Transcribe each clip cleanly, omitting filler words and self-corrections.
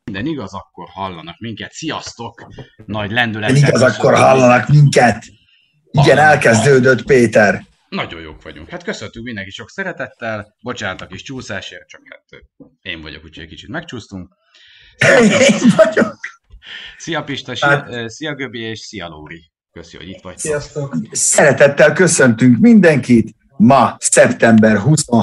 minden igaz, akkor hallanak minket. Sziasztok! Nagy Igen, lendülettel igaz, akkor köszöntünk hallanak minket. Igen, elkezdődött, Péter. Nagyon jók vagyunk. Hát köszöntünk mindenki sok szeretettel. Bocsánat a kis csúszásért, csak hát én vagyok, úgyhogy egy kicsit megcsúsztunk. Én vagyok. Szia Pista, szia Göbi és szia Lóri. Köszi, hogy itt vagy. Sziasztok! Szeretettel köszöntünk mindenkit. Ma szeptember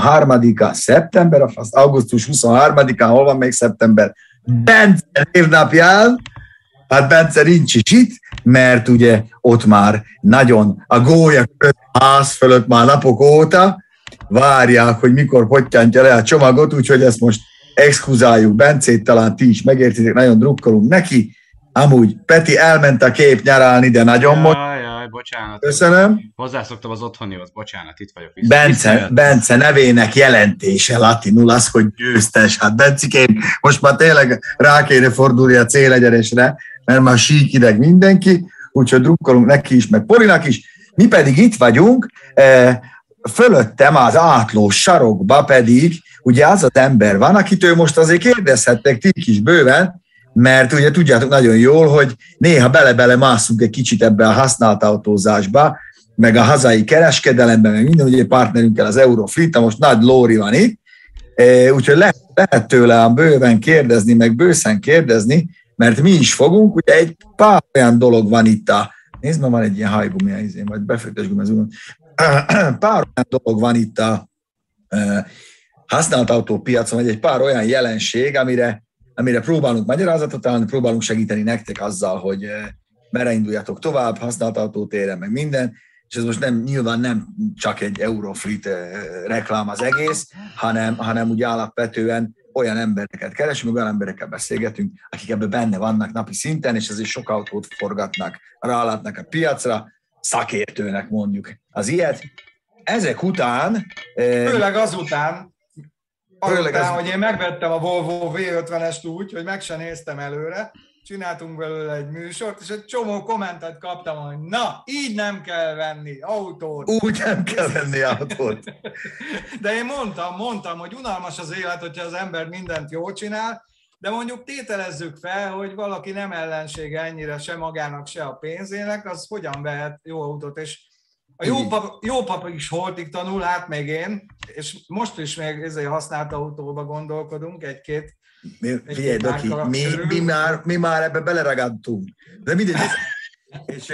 23-a, augusztus 23-án, hol van még szeptember? Bence névnapján. Hát Bence nincs is itt, mert ugye ott már nagyon a gólya ház fölött már napok óta várják, hogy mikor pottyantja le a csomagot, úgyhogy ezt most exkluzáljuk Bencét, talán ti is megértitek, nagyon drukkolunk neki. Amúgy Peti elment a kép nyarálni, de nagyon Jaj, bocsánat. Köszönöm. Hozzászoktam az otthonihoz, bocsánat, itt vagyok. Bence nevének jelentése latinul az, hogy győztes. Hát Bencikém, most már tényleg rá kéne fordulni a célegyenesre, mert már sík ideg mindenki, úgyhogy drukkolunk neki is, meg Polinak is. Mi pedig itt vagyunk, fölöttem az átlós sarokba pedig, ugye az az ember van, akitől most azért kérdezhettek ti is bőven, mert ugye tudjátok nagyon jól, hogy néha bele-bele mászunk egy kicsit ebbe a használt autózásba, meg a hazai kereskedelembe, meg minden, ugye partnerünkkel az Eurofleet, most Nagy Lóri van itt, úgyhogy lehet tőle bőven kérdezni, meg bőszen kérdezni, mert mi is fogunk, ugye egy pár olyan dolog van itt nézd, ma van egy ilyen hajgumia, majd befőtesgum az úr. Pár olyan dolog van itt a használt autópiacon, vagy egy pár olyan jelenség, amire próbálunk magyarázatot találni, próbálunk segíteni nektek azzal, hogy merre induljatok tovább, használt autótéren, meg minden, és ez most nyilván nem csak egy Eurofleet reklám az egész, hanem ugye alapvetően olyan embereket keresünk, olyan emberekkel beszélgetünk, akik ebben benne vannak napi szinten, és ezért sok autót forgatnak, rálátnak a piacra, szakértőnek mondjuk az ilyet. Ezek után... Főleg azután, hogy én megvettem a Volvo V50-est úgy, hogy meg sem néztem előre, csináltunk belőle egy műsort, és egy csomó kommentet kaptam, hogy na, így nem kell venni autót. Úgy nem kell venni autót. De én mondtam, hogy unalmas az élet, hogyha az ember mindent jól csinál, de mondjuk tételezzük fel, hogy valaki nem ellensége ennyire se magának, se a pénzének, az hogyan vehet jó autót, és a jó pap is holtig tanul, hát még én, és most is még ezért használt autóba gondolkodunk, egy-két. Figyelj, Doki, mi már ebbe beleragadtunk. De mindegy, és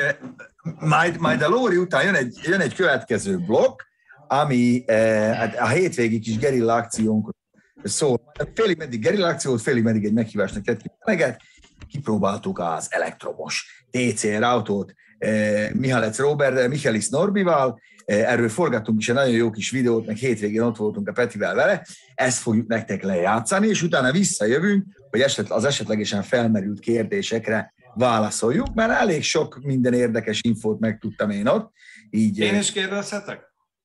majd a Lóri után jön egy következő blokk, ami a hétvégi kis gerilla akciónk szól. Félig meddig gerilla akciót, félig meddig egy meghívásnak tett ki. Kipróbáltuk az elektromos TCR autót Mihalec Robert, Michaelis Norbival, erről forgattunk is egy nagyon jó kis videót, meg hétvégén ott voltunk a Petivel vele, ezt fogjuk nektek lejátszani, és utána visszajövünk, hogy az esetlegesen felmerült kérdésekre válaszoljuk, mert elég sok minden érdekes infót megtudtam én ott. Így, én is kérdezhetek?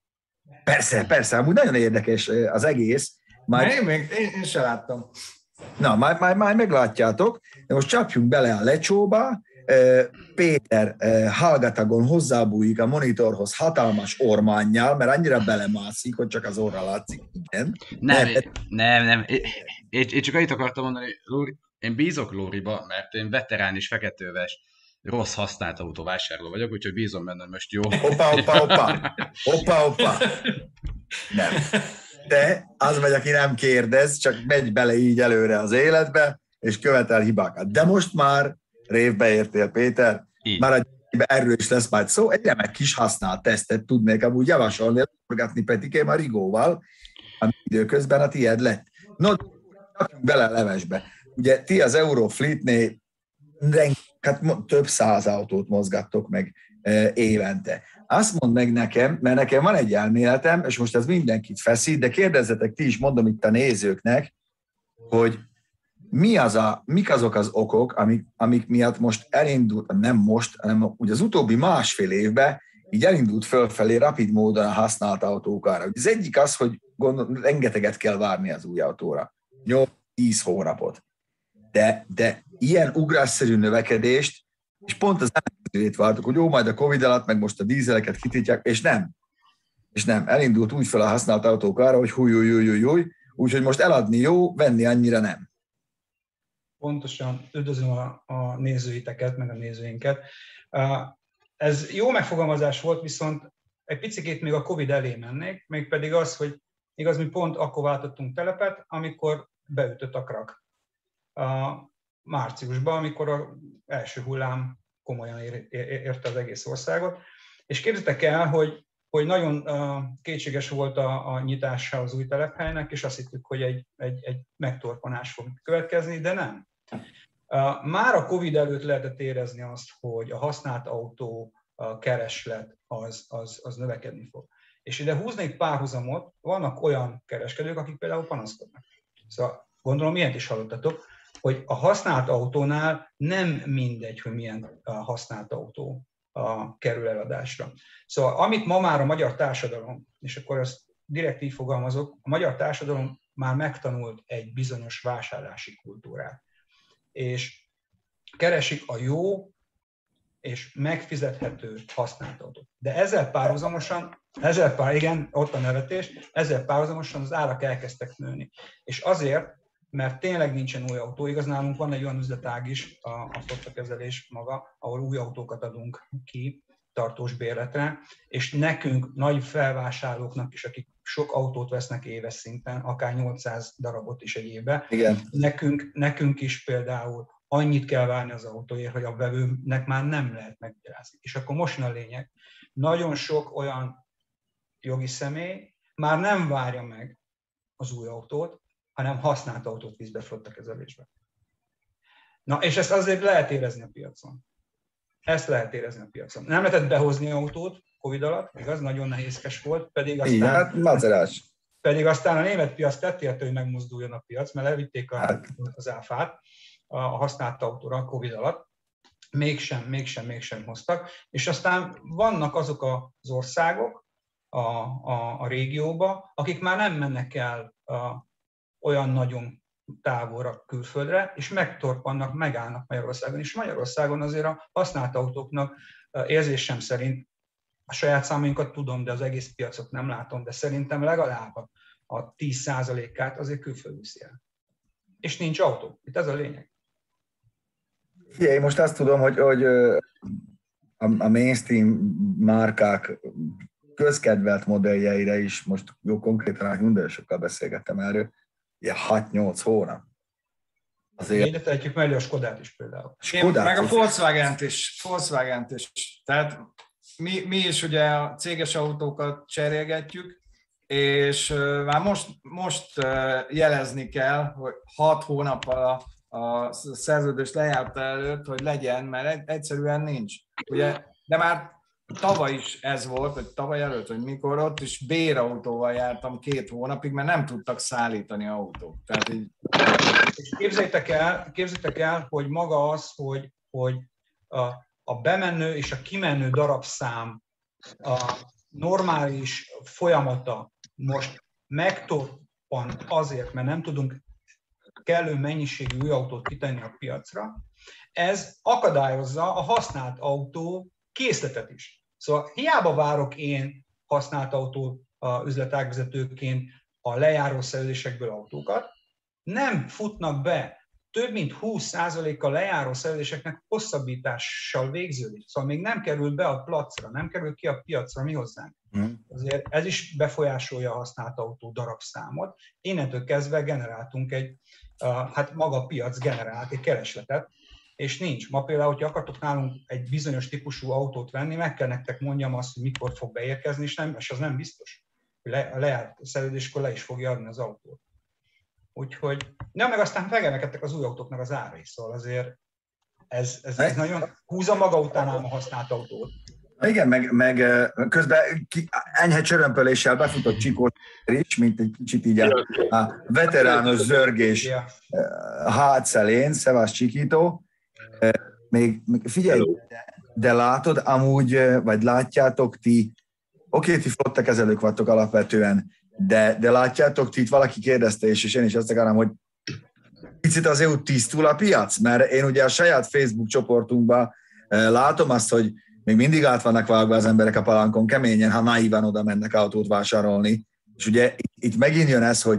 Persze, amúgy nagyon érdekes az egész. Én se láttam. Na, majd meglátjátok, de most csapjunk bele a lecsóba. Péter hallgatagon hozzábújik a monitorhoz hatalmas ormánnyal, mert annyira belemászik, hogy csak az orra látszik. Igen. Nem. Én csak annyit akartam mondani, Lóri, én bízok Lóriba, mert én veterán és feketőves rossz használt autóvásárló vagyok, úgyhogy bízom benne, hogy most jó. Hoppá. Nem. De az vagy, aki nem kérdez, csak megy bele így előre az életbe, és követel hibákat. De most már révbe értél, Péter. Így. Már erről is lesz majd szó. Egy remek kis használt tesztet tudnék amúgy javasolni, forgatni Petikém a Rigóval, ami időközben a tiéd lett. No, csapjunk bele a levesbe. Ugye ti az Eurofleetnél több száz autót mozgattok meg évente. Azt mondd meg nekem, mert nekem van egy elméletem, és most ez mindenkit feszít, de kérdezzetek ti is, mondom itt a nézőknek, hogy mik azok az okok, amik miatt most elindult, nem most, hanem ugye az utóbbi másfél évben így elindult fölfelé rapid módon a használt autókára. Az egyik az, hogy rengeteget kell várni az új autóra. 8-10 hónapot. De ilyen ugrásszerű növekedést, és pont az ellenkezőjét vártuk, hogy majd a Covid alatt, meg most a dízeleket kitiltják, és nem. Elindult úgy fel a használt autókára, hogy húj, úgyhogy most eladni jó, venni annyira nem. Pontosan, üdvözlöm a nézőiteket, meg a nézőinket. Ez jó megfogalmazás volt, viszont egy picikét még a Covid elé mennék, mégpedig az, hogy igaz, mi pont akkor váltottunk telepet, amikor beütött a krak. Márciusban, amikor az első hullám komolyan érte az egész országot. És képzeljétek el, hogy nagyon kétséges volt a nyitása az új telephelynek, és azt hittük, hogy egy megtorpanás fog következni, de nem. Már a Covid előtt lehetett érezni azt, hogy a használt autó kereslet az növekedni fog. És ide húznék párhuzamot, vannak olyan kereskedők, akik például panaszkodnak. Szóval gondolom, ilyet is hallottatok, hogy a használt autónál nem mindegy, hogy milyen használt autó kerül eladásra. Szóval amit ma már a magyar társadalom, és akkor ezt direkt így fogalmazok, a magyar társadalom már megtanult egy bizonyos vásárlási kultúrát. És keresik a jó és megfizethető használt autót. De ezzel párhuzamosan, igen, ott a nevetés, ezzel párhuzamosan az árak elkezdtek nőni. És azért, mert tényleg nincsen új autó, igaz, nálunk van egy olyan üzletág is, a flottakezelés maga, ahol új autókat adunk ki tartós bérletre, és nekünk, nagy felvásárlóknak is, akik sok autót vesznek éves szinten, akár 800 darabot is egy évben, nekünk is például annyit kell várni az autóért, hogy a vevőnek már nem lehet megmagyarázni. És akkor most a lényeg. Nagyon sok olyan jogi személy már nem várja meg az új autót, hanem használt autót visz be flottakezelésbe. Na, és ezt azért lehet érezni a piacon. Ezt lehet érezni a piacon. Nem lehetett behozni autót Covid alatt, igaz? Nagyon nehézkes volt, pedig aztán a német piac tett érte, hogy megmozduljon a piac, mert levitték az áfát a használt autóra a Covid alatt. Mégsem hoztak. És aztán vannak azok az országok a régióba, akik már nem mennek el olyan nagyon távolra külföldre, és megtorpannak, megállnak Magyarországon. És Magyarországon azért a használt autóknak érzésem szerint, a saját számainkat tudom, de az egész piacot nem látom, de szerintem legalább a 10%-át azért külföld viszi el. És nincs autó. Itt ez a lényeg. Én most azt tudom, hogy a mainstream márkák közkedvelt modelljeire is, most jó konkrétan nagyon sokkal beszélgettem erről, ilyen 6-8 hónap. Azért... Ide tehetjük mellé a Skodát is például. Meg a Volkswagent is. Tehát mi is ugye a céges autókat cserélgetjük, és már most jelezni kell, hogy 6 hónappal a szerződés lejárta előtt, hogy legyen, mert egyszerűen nincs. Ugye, de már tavaly is ez volt, vagy tavaly előtt, hogy mikor ott is bérautóval jártam 2 hónapig, mert nem tudtak szállítani autót. Tehát így... Képzeljétek el, hogy maga az, hogy a bemenő és a kimenő darabszám a normális folyamata most megtorpan azért, mert nem tudunk kellő mennyiségű új autót kitenni a piacra, ez akadályozza a használt autó készletet is. Szóval hiába várok én használt autó üzletágvezetőként a lejáró szerződésekből autókat, nem futnak be. Több mint 20%-a lejáró szerződéseknek hosszabbítással végződik. Szóval még nem kerül be a placra, nem kerül ki a piacra mi hozzánk. Azért ez is befolyásolja a használt autó darabszámot. Innentől kezdve generáltunk maga a piac generált egy keresletet, és nincs. Ma például, hogyha akartok nálunk egy bizonyos típusú autót venni, meg kell nektek mondjam azt, hogy mikor fog beérkezni, és az nem biztos. A lejárt szerződéskor le is fogja adni az autót. Úgyhogy, meg aztán megemelkedtek az új autóknak az árai, szóval azért ez nagyon húzza maga után ám a használt autót. Igen, meg közben enyhe csörömpöléssel befutott Csikó is, mint egy kicsit így a veterános zörgés hátszelén, szevasz Csikító. Még figyelj, de látod amúgy, vagy látjátok ti, oké, ti flottakezelők vagytok alapvetően, de látjátok, itt valaki kérdezte, és én is azt akarom, hogy picit azért tisztul a piac, mert én ugye a saját Facebook csoportunkban látom azt, hogy még mindig át vannak vágva az emberek a palankon keményen, ha naívan oda mennek autót vásárolni, és ugye itt megint jön ez, hogy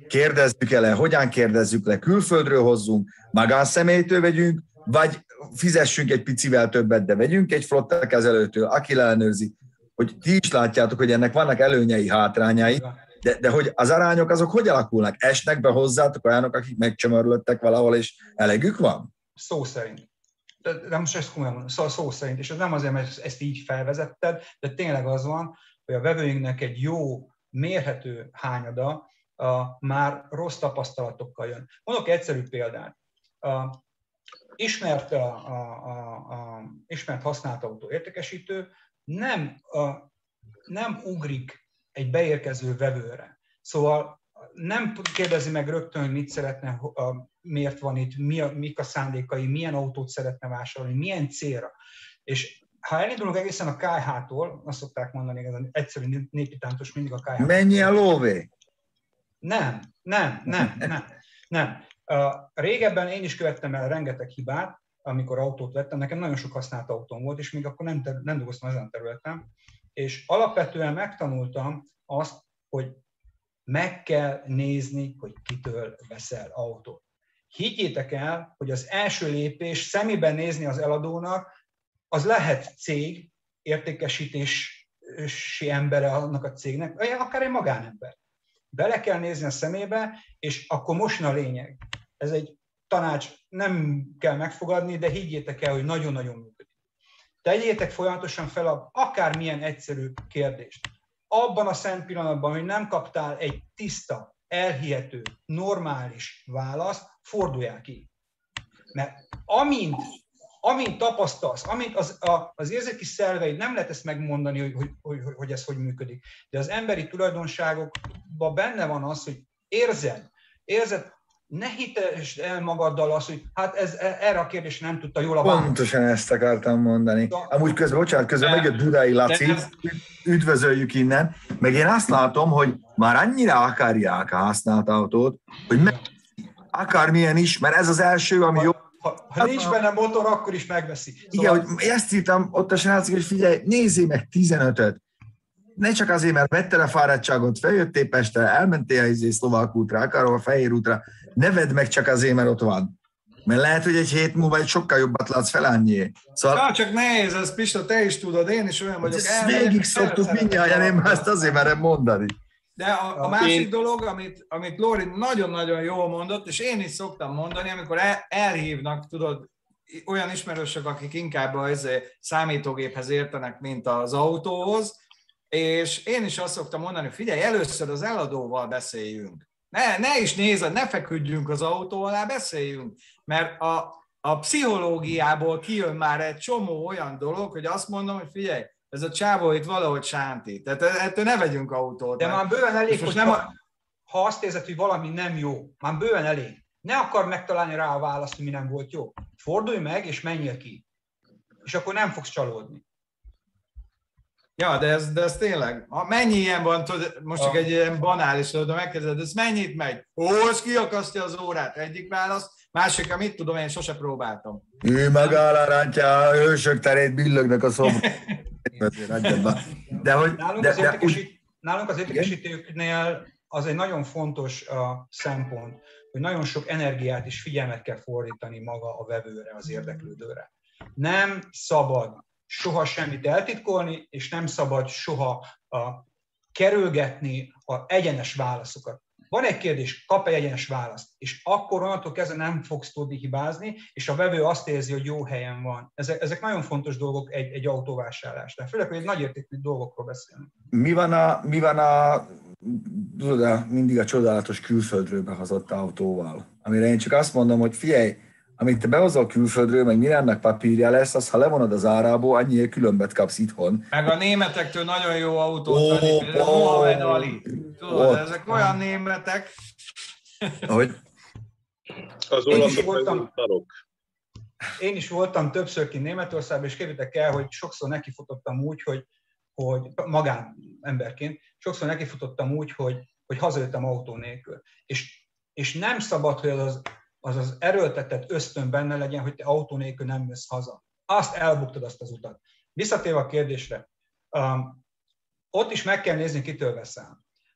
kérdezzük el, hogyan kérdezzük le, külföldről hozzunk, magánszemélytől vegyünk, vagy fizessünk egy picivel többet, de vegyünk egy flotta kezelőtől, aki ellenőrzi, hogy ti is látjátok, hogy ennek vannak előnyei, hátrányai, de hogy az arányok azok hogy alakulnak? Esnek be hozzátok olyanok, akik megcsömörlöttek valahol, és elegük van? Szó szerint. De most ezt komolyan mondom, szó szerint, és ez nem azért, mert ezt így felvezetted, de tényleg az van, hogy a vevőinknek egy jó, mérhető hányada már rossz tapasztalatokkal jön. Mondok egy egyszerű példát. Ismert használt autó értékesítő nem ugrik egy beérkező vevőre. Szóval nem kérdezi meg rögtön, hogy mit szeretne, miért van itt, mik a szándékai, milyen autót szeretne vásárolni, milyen célra. És ha elindulunk egészen a KH-tól, azt szokták mondani, ez az egyszerű népi tántos mindig a KH. Mennyi a lóvé? Nem. Régebben én is követtem el rengeteg hibát, amikor autót vettem. Nekem nagyon sok használt autóm volt, és még akkor nem dolgoztam ezen a területen. És alapvetően megtanultam azt, hogy meg kell nézni, hogy kitől veszel autót. Higgyétek el, hogy az első lépés szemében nézni az eladónak, az lehet cég, értékesítési embere annak a cégnek, vagy akár egy magánember. Bele kell nézni a szemébe, és akkor most a lényeg. Ez egy tanács, nem kell megfogadni, de higgyétek el, hogy nagyon-nagyon működik. Tegyétek folyamatosan fel akármilyen egyszerű kérdést. Abban a szent pillanatban, hogy nem kaptál egy tiszta, elhihető, normális választ, forduljál ki. Mert amint tapasztalsz, amint az érzéki szerveid, nem lehet ezt megmondani, hogy ez hogy működik, de az emberi tulajdonságokban benne van az, hogy érzed, ne hitesd el magaddal azt, hogy hát erre a kérdésre nem tudta jól a választ. Pontosan ezt akartam mondani. Amúgy közben megjött Budai Laci, üdvözöljük innen, meg én azt látom, hogy már annyira akarják a használt autót, hogy akármilyen is, mert ez az első, ami jó. Ha nincs benne motor, akkor is megveszi. Szóval... Igen, hogy ezt írtam ott a srácok, hogy figyelj, nézzél meg 15-öt. Ne csak azért, mert vetted a fáradtságot, feljöttél Pestre, elmentél a Szlovák útra, akár a Fehér útra, ne vedd meg csak azért, mert ott van. Mert lehet, hogy egy hét múlva egy sokkal jobbat látsz fel annyi. Szóval... Csak nehéz, ez Pista, te is tudod, én is olyan vagyok. Ezt végig szoktuk mindjárt, én már ezt azért merem mondani. De a másik dolog, amit Lóri nagyon-nagyon jól mondott, és én is szoktam mondani, amikor elhívnak, tudod, olyan ismerősök, akik inkább a számítógéphez értenek, mint az autóhoz, és én is azt szoktam mondani, figyelj, először az eladóval beszéljünk. Ne is nézed, ne feküdjünk az autó alá, beszéljünk, mert a pszichológiából kijön már egy csomó olyan dolog, hogy azt mondom, hogy figyelj, ez a csávó itt valahogy sánti. Tehát ettől ne vegyünk autót. De már bőven elég, hogy ha azt érzed, hogy valami nem jó, már bőven elég. Ne akar megtalálni rá a választ, hogy mi nem volt jó. Fordulj meg, és menjél ki. És akkor nem fogsz csalódni. Ja, de ez tényleg. Mennyi ilyen van, most csak egy ilyen banális, de megkezded, ez mennyit megy? Ez kiakasztja az órát. Egyik válasz, másik, amit tudom, én sose próbáltam. Ő megáll a rántja, ősök terét billögnek a szombat. Nálunk az értékesítőknél az egy nagyon fontos szempont, hogy nagyon sok energiát és figyelmet kell fordítani maga a vevőre, az érdeklődőre. Nem szabad soha semmit eltitkolni, és nem szabad soha kerülgetni az egyenes válaszokat. Van egy kérdés, kap egy egyenes választ, és akkor onnantól kezdve nem fogsz tudni hibázni, és a vevő azt érzi, hogy jó helyen van. Ezek nagyon fontos dolgok egy autóvásárlásnál. Főleg, hogy egy nagyértékű dolgokról beszélünk. Mi van a tudod, mindig a csodálatos külföldről behozott autóval? Amire én csak azt mondom, hogy figyelj, amit te behozol külföldről, meg mindennek papírja lesz, az ha levonod az árából, annyi különbet kapsz itthon. Meg a németektől nagyon jó autót tudod, ezek olyan németek. Hogy? Az olaszok szarok. Én is voltam többször ki Németországban, és képzeljétek el, hogy sokszor nekifutottam úgy, hogy magánemberként, sokszor nekifutottam úgy, hogy hazajöttem autó nélkül. És nem szabad, hogy az erőltetett ösztön benne legyen, hogy te autó nélkül nem jössz haza. Azt elbuktad, azt az utat. Visszatérve a kérdésre, ott is meg kell nézni, kitől veszel.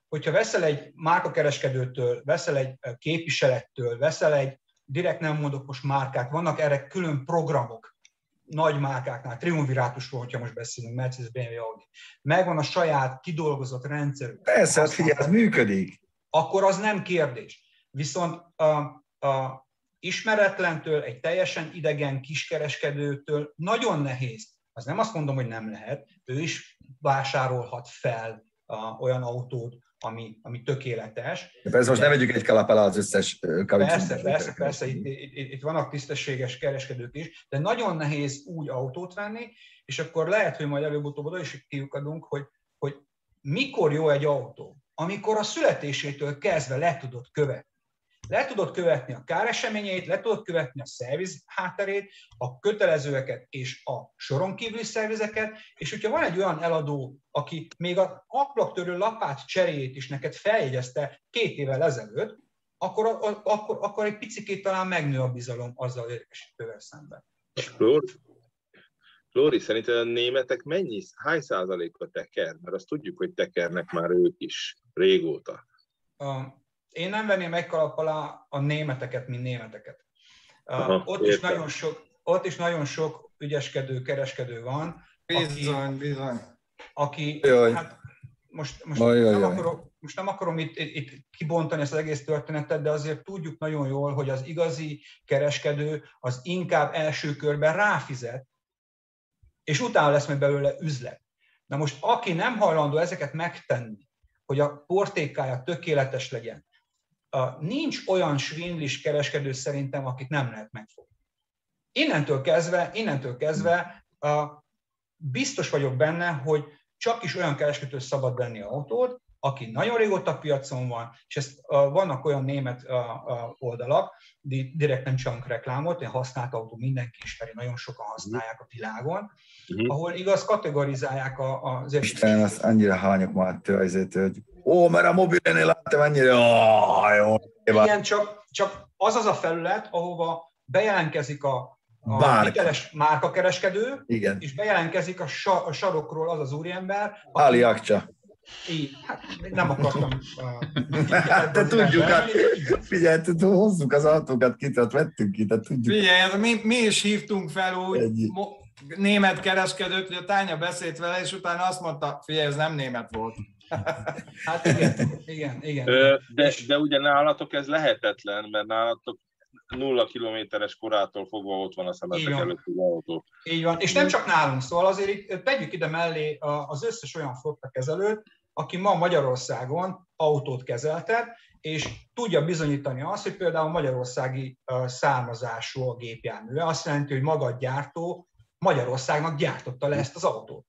hogyha veszel egy márkakereskedőtől, veszel egy képviselettől, veszel egy direkt nem mondok most márkát, vannak erre külön programok, nagy márkáknál, triumvirátusról, hogyha most beszélünk, Mercedes, BMW, Audi, megvan a saját kidolgozott rendszerük. Persze, hát figyelj, ez működik. Akkor az nem kérdés. Viszont a ismeretlentől, egy teljesen idegen kiskereskedőtől nagyon nehéz. Az nem azt mondom, hogy nem lehet, ő is vásárolhat fel olyan autót, ami tökéletes. De persze most ne vegyük egy kalap alá az összes kavicsot. Persze, itt vannak tisztességes kereskedők is, de nagyon nehéz úgy autót venni, és akkor lehet, hogy majd előbb-utóbb oda is kiukadunk, hogy mikor jó egy autó, amikor a születésétől kezdve le tudod követni. Le tudod követni a káreseményeit, le tudod követni a szerviz hátterét, a kötelezőeket és a soron kívüli szervizeket, és hogyha van egy olyan eladó, aki még a ablaktörő lapát cseréjét is neked feljegyezte 2 évvel ezelőtt, akkor egy picikét talán megnő a bizalom azzal az értékesítővel szemben. Lóri, szerinted a németek hány százaléka teker? Mert azt tudjuk, hogy tekernek már ők is régóta. Én nem venném egy kalap alá a németeket, mint németeket. Ott is nagyon sok ügyeskedő, kereskedő van. Bizony. Aki hát most nem akarom itt kibontani ezt az egész történetet, de azért tudjuk nagyon jól, hogy az igazi kereskedő az inkább első körben ráfizet, és utána lesz meg belőle üzlet. Na most aki nem hajlandó ezeket megtenni, hogy a portékája tökéletes legyen, nincs olyan svindlis kereskedő szerintem, akit nem lehet megfogni. Innentől kezdve biztos vagyok benne, hogy csak is olyan kereskedő szabad venni autót, aki nagyon régóta piacon van, és vannak olyan német oldalak, direkt nem csak reklámot, ilyen használt autó mindenki ismeri, nagyon sokan használják a világon, ahol igaz kategorizálják az Istenem, azt annyira hányok már azért, hogy mert a mobilenél láttam annyira, jó. Igen, csak az a felület, ahova bejelentkezik a hiteles márkakereskedő, igen. És bejelentkezik a sarokról az úriember. Ali Akcsa. Hát nem akartam. Te tudjuk, figyelj, hozzuk az autókat ki, tehát vettünk ki, tehát tudjuk. Figyelj, mi is hívtunk fel úgy német kereskedőt, hogy a Tánya beszélt vele, és utána azt mondta, figyelj, ez nem német volt. Hát igen. De ugye nálatok ez lehetetlen, mert nálatok 0 kilométeres korától fogva ott van a szemetek előtt az autó. Így van, és nem csak nálunk, szóval azért itt tegyük ide mellé az összes olyan flottakezelőt, aki ma Magyarországon autót kezeltet, és tudja bizonyítani azt, hogy például magyarországi származású a gépjárműve. Azt jelenti, hogy maga a gyártó Magyarországnak gyártotta le ezt az autót.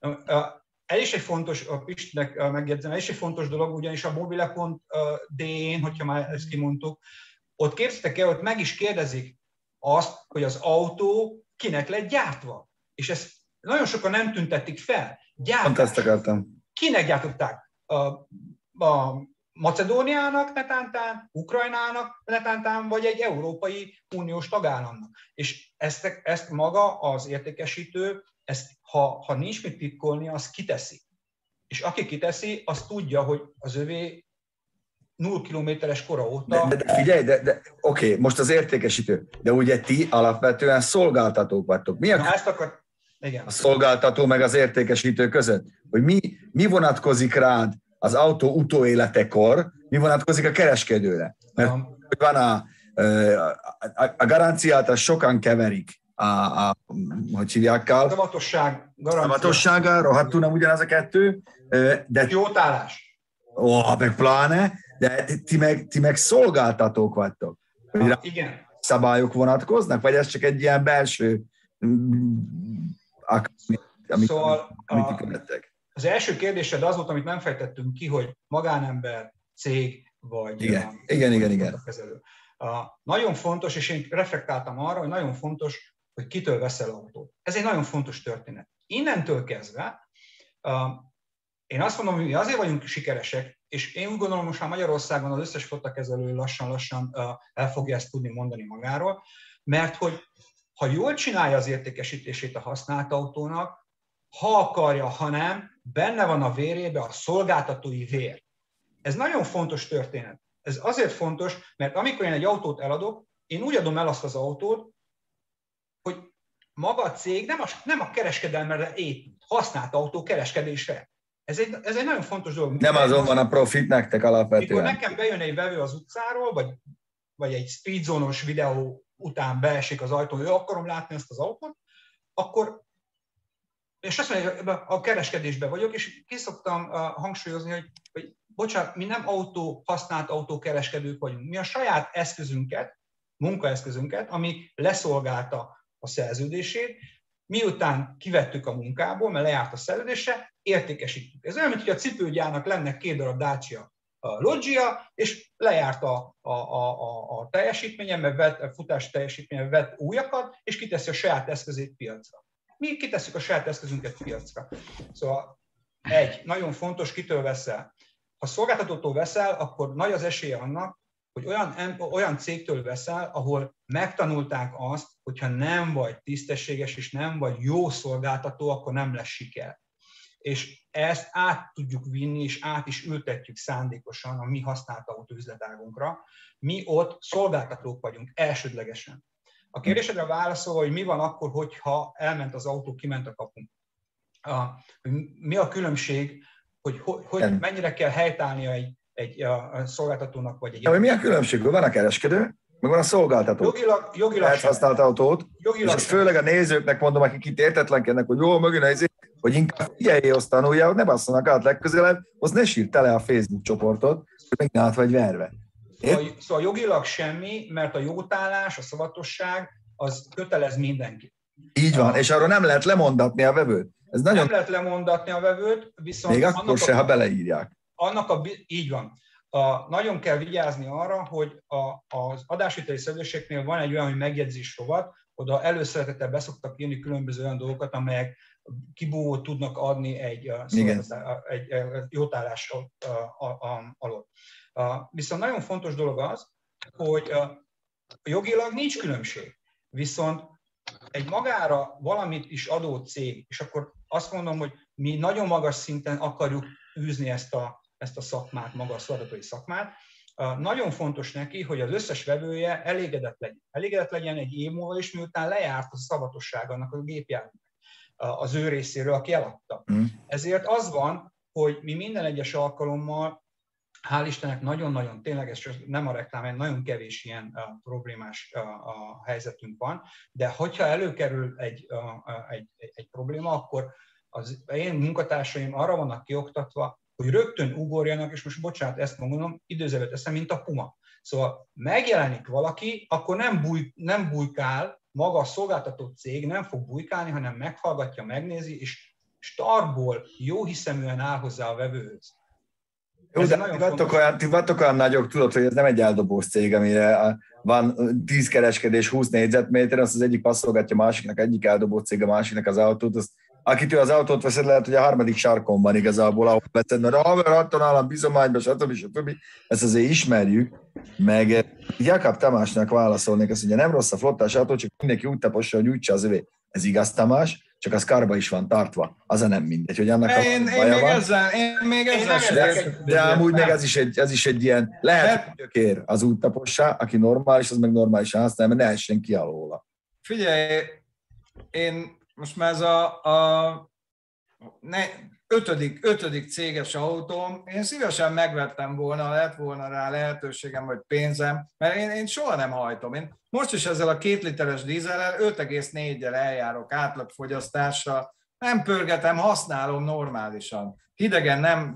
Ez is egy fontos, a Pistnek megjegyzem, ez is egy fontos dolog, ugyanis a mobile.de-n, hogyha már ezt kimondtuk, ott képzeltek el, hogy meg is kérdezik azt, hogy az autó kinek lett gyártva. És ezt nagyon sokan nem tüntetik fel. Pont ezt akartam. Kinek gyártották? A Macedóniának netántán, Ukrajnának netántán, vagy egy Európai Uniós tagállamnak. És ezt maga az értékesítő, ha nincs mit titkolni, az kiteszi. És aki kiteszi, az tudja, hogy az övé 0 kilométeres kora óta... De figyelj, oké, most az értékesítő, de ugye ti alapvetően szolgáltatók vagytok. Igen. A szolgáltató meg az értékesítő között? Hogy mi vonatkozik rád az autó utóéletekor, mi vonatkozik a kereskedőre? Mert van a garanciát, azt sokan keverik hogy hívjákkal? Szavatossággal, rohadtul nem ugyanaz a kettő. De jótállás. Meg pláne, de ti meg szolgáltatók vagytok. Igen. Szabályok vonatkoznak, vagy ez csak egy ilyen belső amit követtek? Az első kérdésed az volt, amit nem fejtettünk ki, hogy magánember, cég, vagy... Igen. Nagyon fontos, és én reflektáltam arra, hogy nagyon fontos, hogy kitől veszel autót. Ez egy nagyon fontos történet. Innentől kezdve, én azt mondom, hogy mi azért vagyunk sikeresek, és én úgy gondolom, most már Magyarországon az összes flottakezelő lassan el fogja ezt tudni mondani magáról, mert hogy ha jól csinálja az értékesítését a használt autónak, ha akarja, ha nem, benne van a vérébe a szolgáltatói vér. Ez nagyon fontos történet. Ez azért fontos, mert amikor én egy autót eladok, én úgy adom el azt az autót, hogy maga a cég nem a kereskedelmre épít, használt autó kereskedésre. Ez egy nagyon fontos dolog. Nem azon van a profit nektek alapvetően. Mikor nekem bejön egy vevő az utcáról, vagy egy speedzónos videó után beesik az ajtón, hogy akarom látni ezt az autót, akkor, és azt mondja, hogy a kereskedésben vagyok, és ki szoktam hangsúlyozni, hogy bocsánat, mi nem használt autókereskedők vagyunk. Mi a saját eszközünket, munkaeszközünket, ami leszolgálta a szerződését, miután kivettük a munkából, mert lejárt a szerződése, értékesítjük. Ez olyan, mintha a cipőgyárnak lenne 2 darab Dacia Loggia, és lejárt a teljesítménye, mert a futási teljesítménye vett újakat, és kiteszi a saját eszközét piacra. Mi kitesszük a saját eszközünket piacra. Szóval nagyon fontos, kitől veszel. Ha szolgáltatótól veszel, akkor nagy az esélye annak, hogy olyan cégtől veszel, ahol megtanulták azt, hogyha nem vagy tisztességes és nem vagy jó szolgáltató, akkor nem lesz siker. És ezt át tudjuk vinni, és át is ültetjük szándékosan a mi használt autó üzletágunkra. Mi ott szolgáltatók vagyunk elsődlegesen. A kérdésedre válaszolva, hogy mi van akkor, hogyha elment az autó, kiment a kapun. Mi a különbség, hogy mennyire kell helytállnia egy szolgáltatónak, vagy egy... Mi a különbség? Van a kereskedő, meg van a szolgáltató. Jogilag lehet használt autót, jogilag és ezt főleg a nézőknek mondom, akik itt értetlenkednek, hogy jó, mögön hogy inkább figyeljé, azt tanulja, hogy ne basszanak át legközelebb, az ne sírt tele a Facebook csoportot, hogy még át vagy verve. Szóval jogilag semmi, mert a jótállás, a szavatosság, az kötelez mindenkit. Így van, és arról nem lehet lemondatni a vevőt. Ez nagyon... Nem lehet lemondatni a vevőt, viszont... Még akkor se, ha beleírják. Így van. Nagyon kell vigyázni arra, hogy az adásviteli szerződéseknél van egy olyan megjegyzés rovat, oda előszeretettel beszoktak írni különböző olyan dolgokat, amelyek kibúvót tudnak adni egy jótállás alatt. Viszont nagyon fontos dolog az, hogy jogilag nincs különbség. Viszont egy magára valamit is adó cég, és akkor azt mondom, hogy mi nagyon magas szinten akarjuk űzni ezt a szakmát, maga a szolgáltatói szakmát, nagyon fontos neki, hogy az összes vevője elégedett legyen. Elégedett legyen egy év múlva is, miután lejárt a szavatosság annak a gépjárműnek az ő részéről, aki eladta. Ezért az van, hogy mi minden egyes alkalommal, hál' Istennek nagyon-nagyon, tényleg ez nem a reklám, nagyon kevés ilyen problémás helyzetünk van, de hogyha előkerül egy probléma, akkor az én munkatársaim arra vannak kioktatva, hogy rögtön ugorjanak, és most bocsánat, ezt mondom, időzővet eszem, mint a puma. Szóval megjelenik valaki, akkor nem bujkál, maga a szolgáltató cég nem fog bujkálni, hanem meghallgatja, megnézi, és startból jóhiszeműen áll hozzá a vevőhöz. Jó, de vagytok olyan nagyok, tudod, hogy ez nem egy eldobós cég, amire van 10 kereskedés, 20 négyzetméter, azt az egyik passzolgatja másiknak, egyik eldobó cég a másiknak az autót, akitől az autót veszed, lehet, hogy a harmadik sarkon van igazából, ahol veszed, mert a haver adta nálam bizományba, stb. Ezt azért ismerjük, meg Jakab Tamásnak válaszolnék, azt mondja, nem rossz a flottás autó, csak mindenki úgy tapossa, hogy úgyse az övé. Ez igaz, Tamás, csak az karba is van tartva. Az a nem mindegy, hogy annak én még ezzel de amúgy meg ez is egy ilyen, lehet, hogy gyökér az úgy tapossa, aki normális, az meg normálisan használja, mert ne essen ki alóla. Figyelj, én most már ez ötödik céges autóm, én szívesen megvettem volna, lett volna rá lehetőségem, vagy pénzem, mert én soha nem hajtom. Én most is ezzel a 2 literes dízellel 5,4-jel eljárok átlagfogyasztásra, nem pörgetem, használom normálisan. Hidegen nem.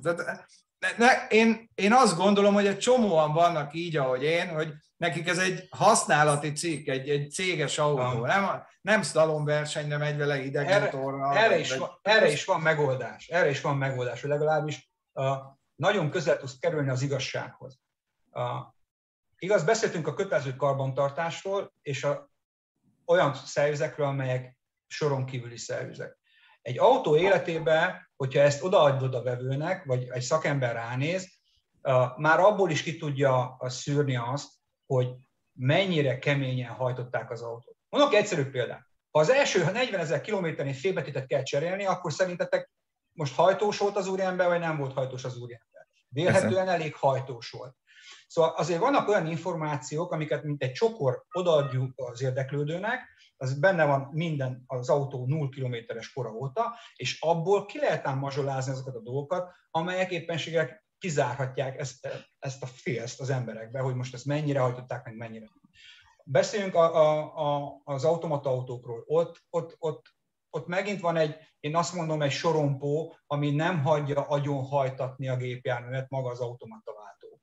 Én azt gondolom, hogy egy csomóan vannak így, ahogy én, hogy nekik ez egy használati cikk, egy céges autó. Nem szlalomversenyre megy vele idegmotorral. Erre is van megoldás, hogy legalábbis nagyon közel tudsz kerülni az igazsághoz. Igaz, beszéltünk a kötelező karbantartásról, és olyan szervizekről, amelyek soron kívüli szervizek. Egy autó életében, hogyha ezt odaadod a vevőnek, vagy egy szakember ránéz, már abból is ki tudja szűrni azt, hogy mennyire keményen hajtották az autót. Mondok egy egyszerű példát. Ha az első 40 000 kilométernél félbetétet kell cserélni, akkor szerintetek most hajtós volt az úriember, vagy nem volt hajtós az úriember? Vélhetően elég hajtós volt. Szóval azért vannak olyan információk, amiket mint egy csokor odaadjuk az érdeklődőnek, az benne van minden az autó 0 kilométeres kora óta, és abból ki lehet ám mazsolázni azokat a dolgokat, amelyek éppenségek kizárhatják ezt a félszt az emberekbe, hogy most ezt mennyire hajtották, meg mennyire. Beszéljünk az automata autókról. Ott megint van én azt mondom, egy sorompó, ami nem hagyja agyonhajtatni a gépjárművet, maga az automata váltó.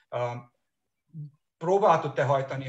Próbáltad te hajtani,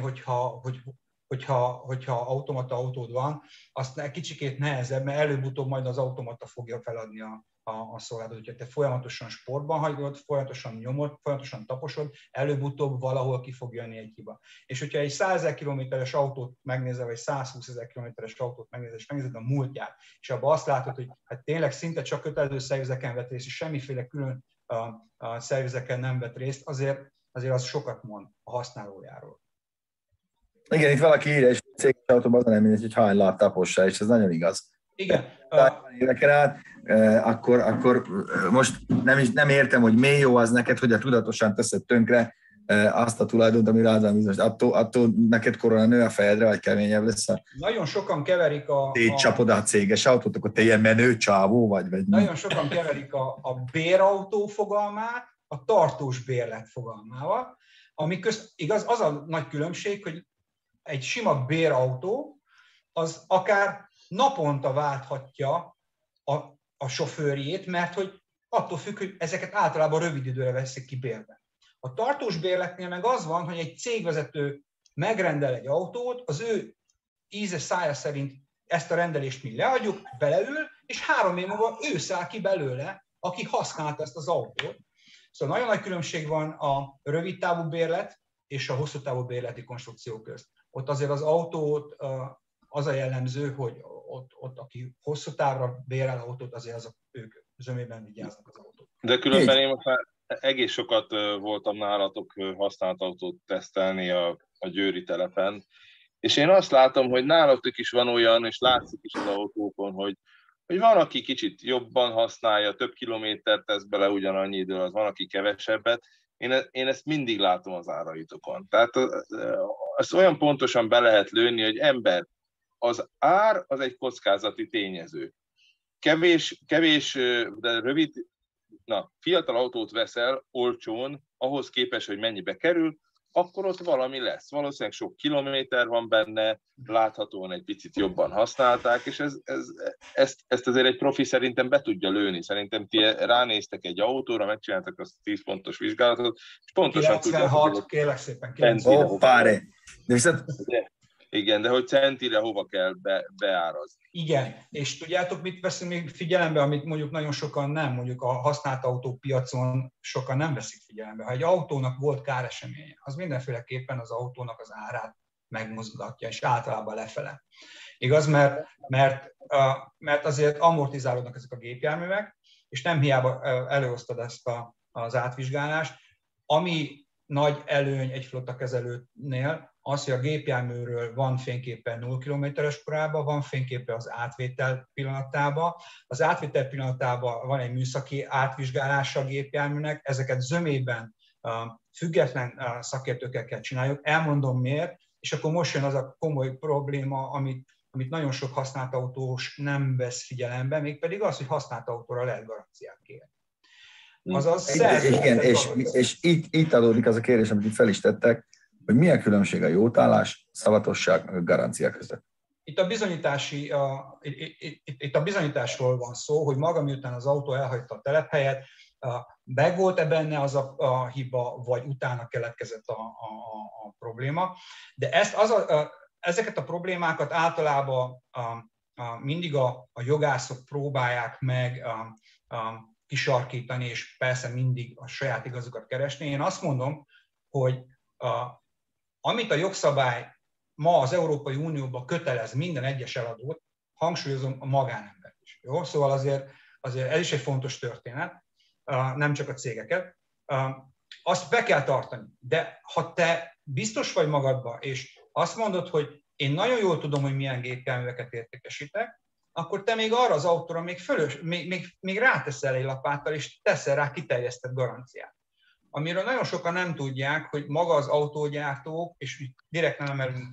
hogyha automata autód van, azt kicsikét nehezebb, mert előbb-utóbb majd az automata fogja feladni a szolgáltatót. Hogyha te folyamatosan sportban hagyod, folyamatosan nyomod, folyamatosan taposod, előbb-utóbb valahol ki fog jönni egy hiba. És hogyha egy 100 000 kilométeres autót megnézel, vagy 120 000 kilométeres autót megnézel, és megnézed a múltját, és abban azt látod, hogy hát tényleg szinte csak kötelező szervizeken vett részt, és semmiféle külön szervizeken nem vett részt, azért az sokat mond a használójáról. Igen, itt valaki írja, és a céges autóban az nem mindegy, hogy hajnal tapossa, és ez nagyon igaz. Igen. Éveken át, akkor most nem értem, hogy miért jó az neked, hogy a tudatosan teszed tönkre azt a tulajdont, ami rá van bizonyos. Attól neked korona nő a fejedre, vagy keményebb lesz a... Nagyon sokan keverik Te csapod a céges autót, akkor te ilyen menő csávó vagy? Nagyon sokan keverik a bérautó fogalmát a tartós bérlet fogalmával, ami igaz, az a nagy különbség, hogy egy sima bérautó az akár naponta válthatja a sofőrjét, mert hogy attól függ, hogy ezeket általában rövid időre veszik ki bérbe. A tartós bérletnél meg az van, hogy egy cégvezető megrendel egy autót, az ő íze szája szerint ezt a rendelést mi leadjuk, beleül, és 3 év múlva ő száll ki belőle, aki használta ezt az autót. Szóval nagyon nagy különbség van a rövid távú bérlet és a hosszú távú bérleti konstrukció közt. Ott azért az autót az a jellemző, hogy ott aki hosszú távra bérel autót, azért ők zömében vigyáznak az autót. De különben én most már egész sokat voltam nálatok használt autót tesztelni a győri telepen, és én azt látom, hogy nálatok is van olyan, és látszik is az autókon, hogy van, aki kicsit jobban használja, több kilométert tesz bele ugyanannyi idő, az van, aki kevesebbet. Én ezt mindig látom az áraitokon. Tehát ezt olyan pontosan be lehet lőni, hogy ember, az ár az egy kockázati tényező. Kevés, de rövid, fiatal autót veszel olcsón, ahhoz képest, hogy mennyibe kerül, akkor ott valami lesz. Valószínűleg sok kilométer van benne, láthatóan egy picit jobban használták, és ezt azért egy profi szerintem be tudja lőni. Szerintem ti ránéztek egy autóra, megcsináltak azt 10 pontos vizsgálatot, és pontosan 96, kérlek szépen, 96. Igen, de hogy centire hova kell beárazni. Igen, és tudjátok, mit veszünk még figyelembe, amit mondjuk nagyon sokan nem, mondjuk a használt autópiacon sokan nem veszik figyelembe. Ha egy autónak volt káreseménye, az mindenféleképpen az autónak az árát megmozgatja, és általában lefele. Igaz, mert azért amortizálódnak ezek a gépjárművek, és nem hiába előosztad ezt az átvizsgálást, ami nagy előny egy flottakezelőnél az, hogy a gépjárműről van fényképe 0 kilométeres korában, van fényképe az átvétel pillanatában. Az átvétel pillanatában van egy műszaki átvizsgálása a gépjárműnek, ezeket zömében független szakértőkkel kell csináljuk. Elmondom miért, és akkor most jön az a komoly probléma, amit nagyon sok használt autós nem vesz figyelembe, mégpedig az, hogy használt autóra lehet garanciát kérni. Igen, és itt adódik az a kérdés, amit itt fel is tettek, hogy milyen különbség a jótállás, szavatosság, a garancia között. Itt a bizonyításról van szó, hogy maga miután az autó elhagyta a telephelyet, meg volt-e benne az a hiba, vagy utána keletkezett a probléma. De ezeket a problémákat általában mindig a jogászok próbálják meg kisarkítani, és persze mindig a saját igazukat keresni. Én azt mondom, hogy amit a jogszabály ma az Európai Unióban kötelez minden egyes eladót, hangsúlyozom, a magánember is. Jó? Szóval azért ez is egy fontos történet, nem csak a cégeket. Azt be kell tartani. De ha te biztos vagy magadban, és azt mondod, hogy én nagyon jól tudom, hogy milyen gépjárműveket értékesítek, akkor te még arra az autóra még ráteszel egy lapáttal, és teszel rá kiterjesztett garanciát. amiről nagyon sokan nem tudják, hogy maga az autógyártók, és direkt nem emelünk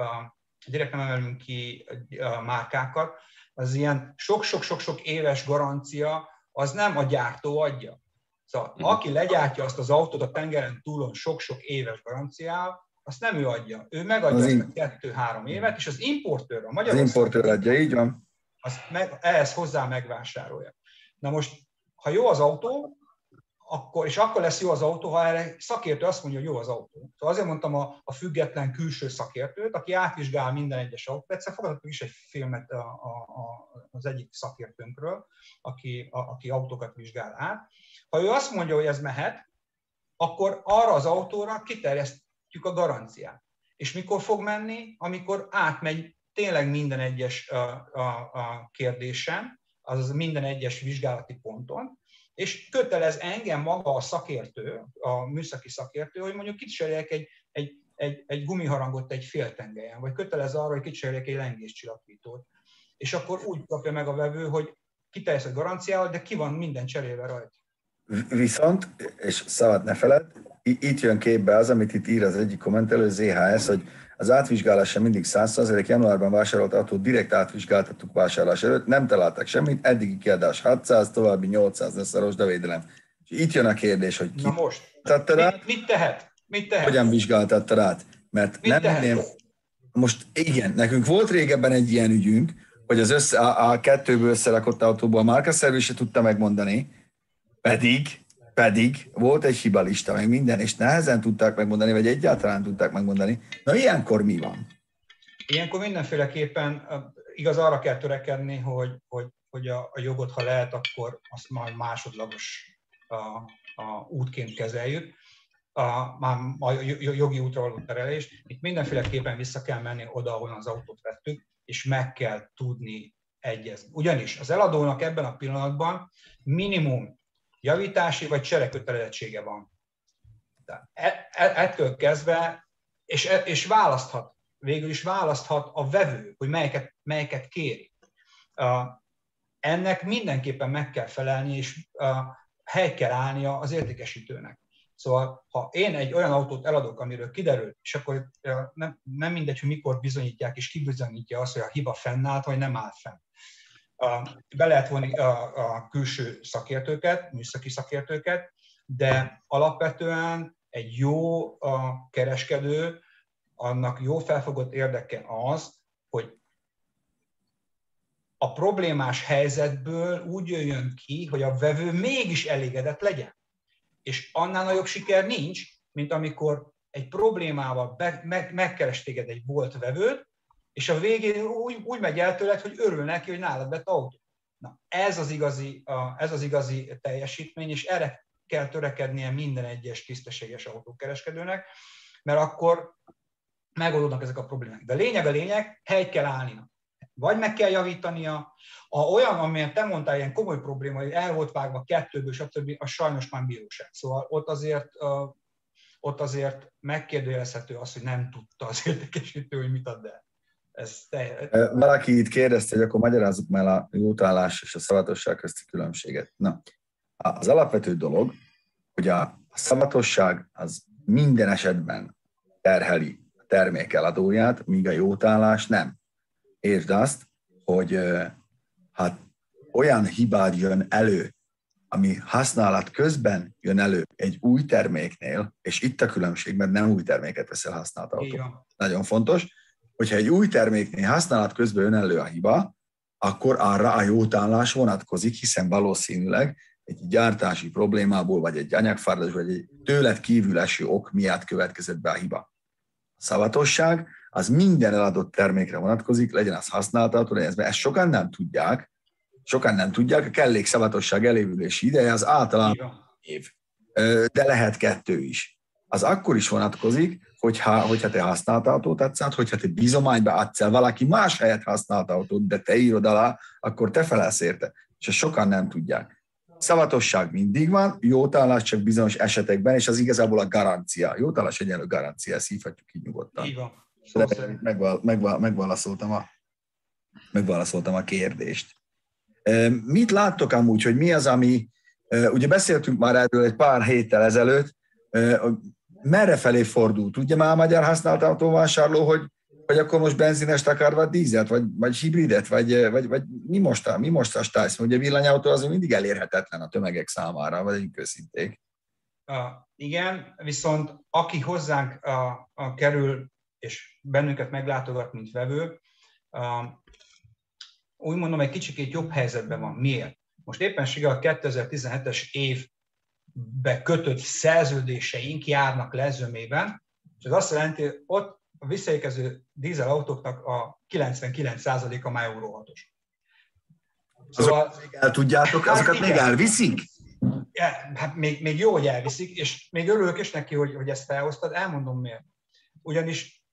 ki a márkákat, az ilyen sok-sok-sok éves garancia, az nem a gyártó adja. Szóval aki legyártja azt az autót a tengeren túlon sok-sok éves garanciával, azt nem ő adja. Ő megadja 2-3 évet, és az importőr, a Magyarország... Az importőr adja, így van. Azt ehhez hozzá megvásárolja. Na most, ha jó az autó, akkor lesz jó az autó, ha erre szakértő azt mondja, hogy jó az autó. Szóval azért mondtam a független külső szakértőt, aki átvizsgál minden egyes autót. Egyszer fogadhatunk is egy filmet az egyik szakértőnkről, aki autókat vizsgál át. Ha ő azt mondja, hogy ez mehet, akkor arra az autóra kiterjesztjük a garanciát. És mikor fog menni? Amikor átmegy tényleg minden egyes a kérdésen, azaz minden egyes vizsgálati ponton, és kötelez engem maga a szakértő, a műszaki szakértő, hogy mondjuk kicseréljek egy gumiharangot egy féltengelyen, vagy kötelez arra, hogy kicseréljek egy lengéscsillapítót. És akkor úgy kapja meg a vevő, hogy kiterjesztett garanciával, de ki van minden cserélve rajta. Viszont, és szabad ne feled, itt jön képbe az, amit itt ír az egyik kommentelő, az EHS, hogy az átvizsgálás sem mindig 100%, januárban vásárolt autót direkt átvizsgáltattuk vásárlás előtt, nem találtak semmit, eddigi kiadás 600, további 800 lesz a rozsdavédelem. És itt jön a kérdés, hogy ki mit tehet? Hogyan vizsgáltattad át? Mert nem most igen, nekünk volt régebben egy ilyen ügyünk, hogy az a kettőből összerakott autóból a márkaszervés se tudta megmondani, pedig volt egy hibalista, meg minden, és nehezen tudták megmondani, vagy egyáltalán tudták megmondani. Na, ilyenkor mi van? Ilyenkor mindenféleképpen igaz arra kell törekedni, hogy a jogot, ha lehet, akkor azt majd másodlagos útként kezeljük. A jogi útra való terelést. Itt mindenféleképpen vissza kell menni oda, ahol az autót vettük, és meg kell tudni egyezni. Ugyanis az eladónak ebben a pillanatban minimum javítási vagy cserekötelezettsége van. Ettől kezdve, és választhat, végül is választhat a vevő, hogy melyeket kéri. Ennek mindenképpen meg kell felelni, és hely kell állnia az értékesítőnek. Szóval, ha én egy olyan autót eladok, amiről kiderül, és akkor nem mindegy, hogy mikor bizonyítják, és ki bizonyítja azt, hogy a hiba fennállt, vagy nem áll fenn. Be lehet vonni a külső szakértőket, műszaki szakértőket, de alapvetően egy jó kereskedő, annak jó felfogott érdeke az, hogy a problémás helyzetből úgy jöjjön ki, hogy a vevő mégis elégedett legyen. És annál nagyobb siker nincs, mint amikor egy problémával megkeres téged egy volt vevőt, és a végén úgy megy el tőled, hogy örül neki, hogy nálad vett autó. Na, ez az igazi teljesítmény, és erre kell törekednie minden egyes tisztességes autókereskedőnek, mert akkor megoldódnak ezek a problémák. De a lényeg, hely kell állnia. Vagy meg kell javítania. Olyan, amilyen te mondtál, ilyen komoly probléma, hogy el volt vágva kettőből, stb., az sajnos már bíróság. Szóval ott azért megkérdőjelezhető az, hogy nem tudta az értékesítő, hogy mit ad el. Valaki itt kérdezte, hogy akkor magyarázzuk már a jótállás és a szavatosság közti különbséget. Na, az alapvető dolog, hogy a szavatosság az minden esetben terheli a termék eladóját, míg a jótállás nem. Értsd azt, hogy hát olyan hibád jön elő, ami használat közben jön elő egy új terméknél, és itt a különbség, mert nem új terméket veszel használt autó. Nagyon fontos, hogyha egy új terméknél használat közben jön elő a hiba, akkor arra a jótállás vonatkozik, hiszen valószínűleg egy gyártási problémából, vagy egy anyagfáradás, vagy egy tőled kívül eső ok miatt következett be a hiba. A szavatosság az minden eladott termékre vonatkozik, legyen az használt autó, legyen ez, mert ezt sokan nem tudják, a kellékszavatosság elévülési ideje az általában év, de lehet 2 is. Az akkor is vonatkozik, hogyha te használt autót adsz át, hogyha te bizományba adsz el valaki más helyett használt autót, de te írod alá, akkor te felelsz érte. És ezt sokan nem tudják. Szavatosság mindig van, jótállás csak bizonyos esetekben, és az igazából a garancia. Jótállás egyenlő garancia, ezt hívhatjuk így nyugodtan. Így van. Megválaszoltam a kérdést. Mit láttok amúgy, hogy mi az, ami, ugye beszéltünk már erről egy pár héttel ezelőtt, merre felé fordul? Tudja már a magyar használt autóvásárló, hogy akkor most benzinest akar, vagy dízelt, vagy hibridet, vagy mi most a stájsz? Ugye villanyautó azért mindig elérhetetlen a tömegek számára, vagy őszinték. Igen, viszont aki hozzánk kerül, és bennünket meglátogat, mint vevő, úgy mondom, egy kicsikét jobb helyzetben van. Miért? Most éppenséggel a 2017-es évbe kötött szerződéseink járnak le zömében, és ez azt jelenti, hogy ott a visszaérkező dízelautóknak a 99%-a már Euro 6-os. Szóval, azokat még el tudjátok, azokat még elviszik? Hát még jó, hogy elviszik, és még örülök is neki, hogy ezt felhoztad, elmondom miért. Ugyanis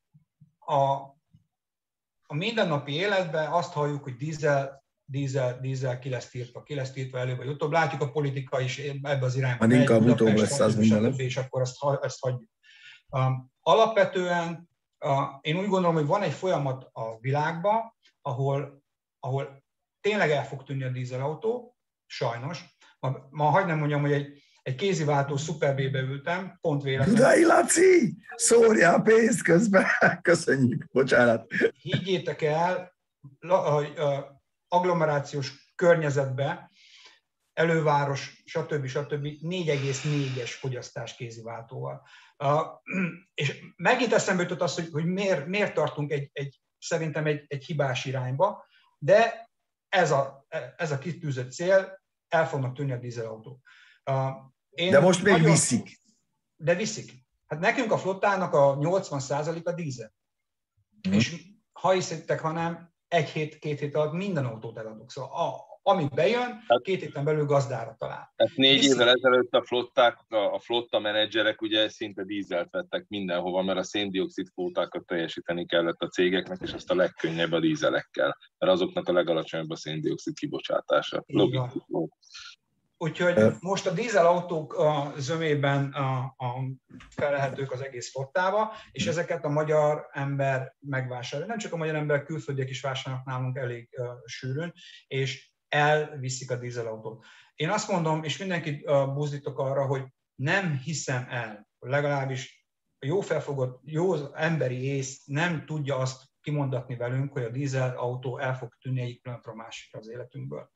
a mindennapi életben azt halljuk, hogy dízel ki lesz tiltva előbb vagy utóbb. Látjuk, a politika is ebbe az irányba megy, inkább utóbb lesz az minden. És akkor ezt hagyjuk. Alapvetően én úgy gondolom, hogy van egy folyamat a világban, ahol tényleg el fog tűnni a dízelautó, sajnos. Ma hagyd nem mondjam, hogy egy kéziváltó Super B-be ültem, pont véletlenül. Budai Laci, szórja a pénzt közben. Köszönjük, bocsánat. Higgyétek el, agglomerációs környezetbe, előváros, stb. 4,4-es fogyasztás kéziváltóval. És megint eszembe jutott az, hogy miért tartunk szerintem egy hibás irányba, de ez a kitűzött cél, el fognak tűnni a dízelautók. De most még viszik. De viszik. Hát nekünk a flottának a 80%-a dízel. És ha hiszitek, hanem 1-2 hét alatt minden autót eladok. Szóval ami bejön, 2 héten belül gazdára talál. Hát 4 évvel ezelőtt a flotta menedzserek ugye szinte dízelt vettek mindenhova, mert a széndioxid kvótákat teljesíteni kellett a cégeknek, és azt a legkönnyebb a dízelekkel, mert azoknak a legalacsonyabb a széndioxid kibocsátása. Logikus volt. Úgyhogy most a dízelautók zömében felelhetők az egész flottába, és ezeket a magyar ember megvásárolja. Nem csak a magyar ember, külföldiek is vásárolnak nálunk elég sűrűn, és elviszik a dízelautót. Én azt mondom, és mindenkit buzdítok arra, hogy nem hiszem el, legalábbis a jó felfogott, jó emberi ész nem tudja azt kimondatni velünk, hogy a dízelautó el fog tűnni egyik pillanatra másikra az életünkből.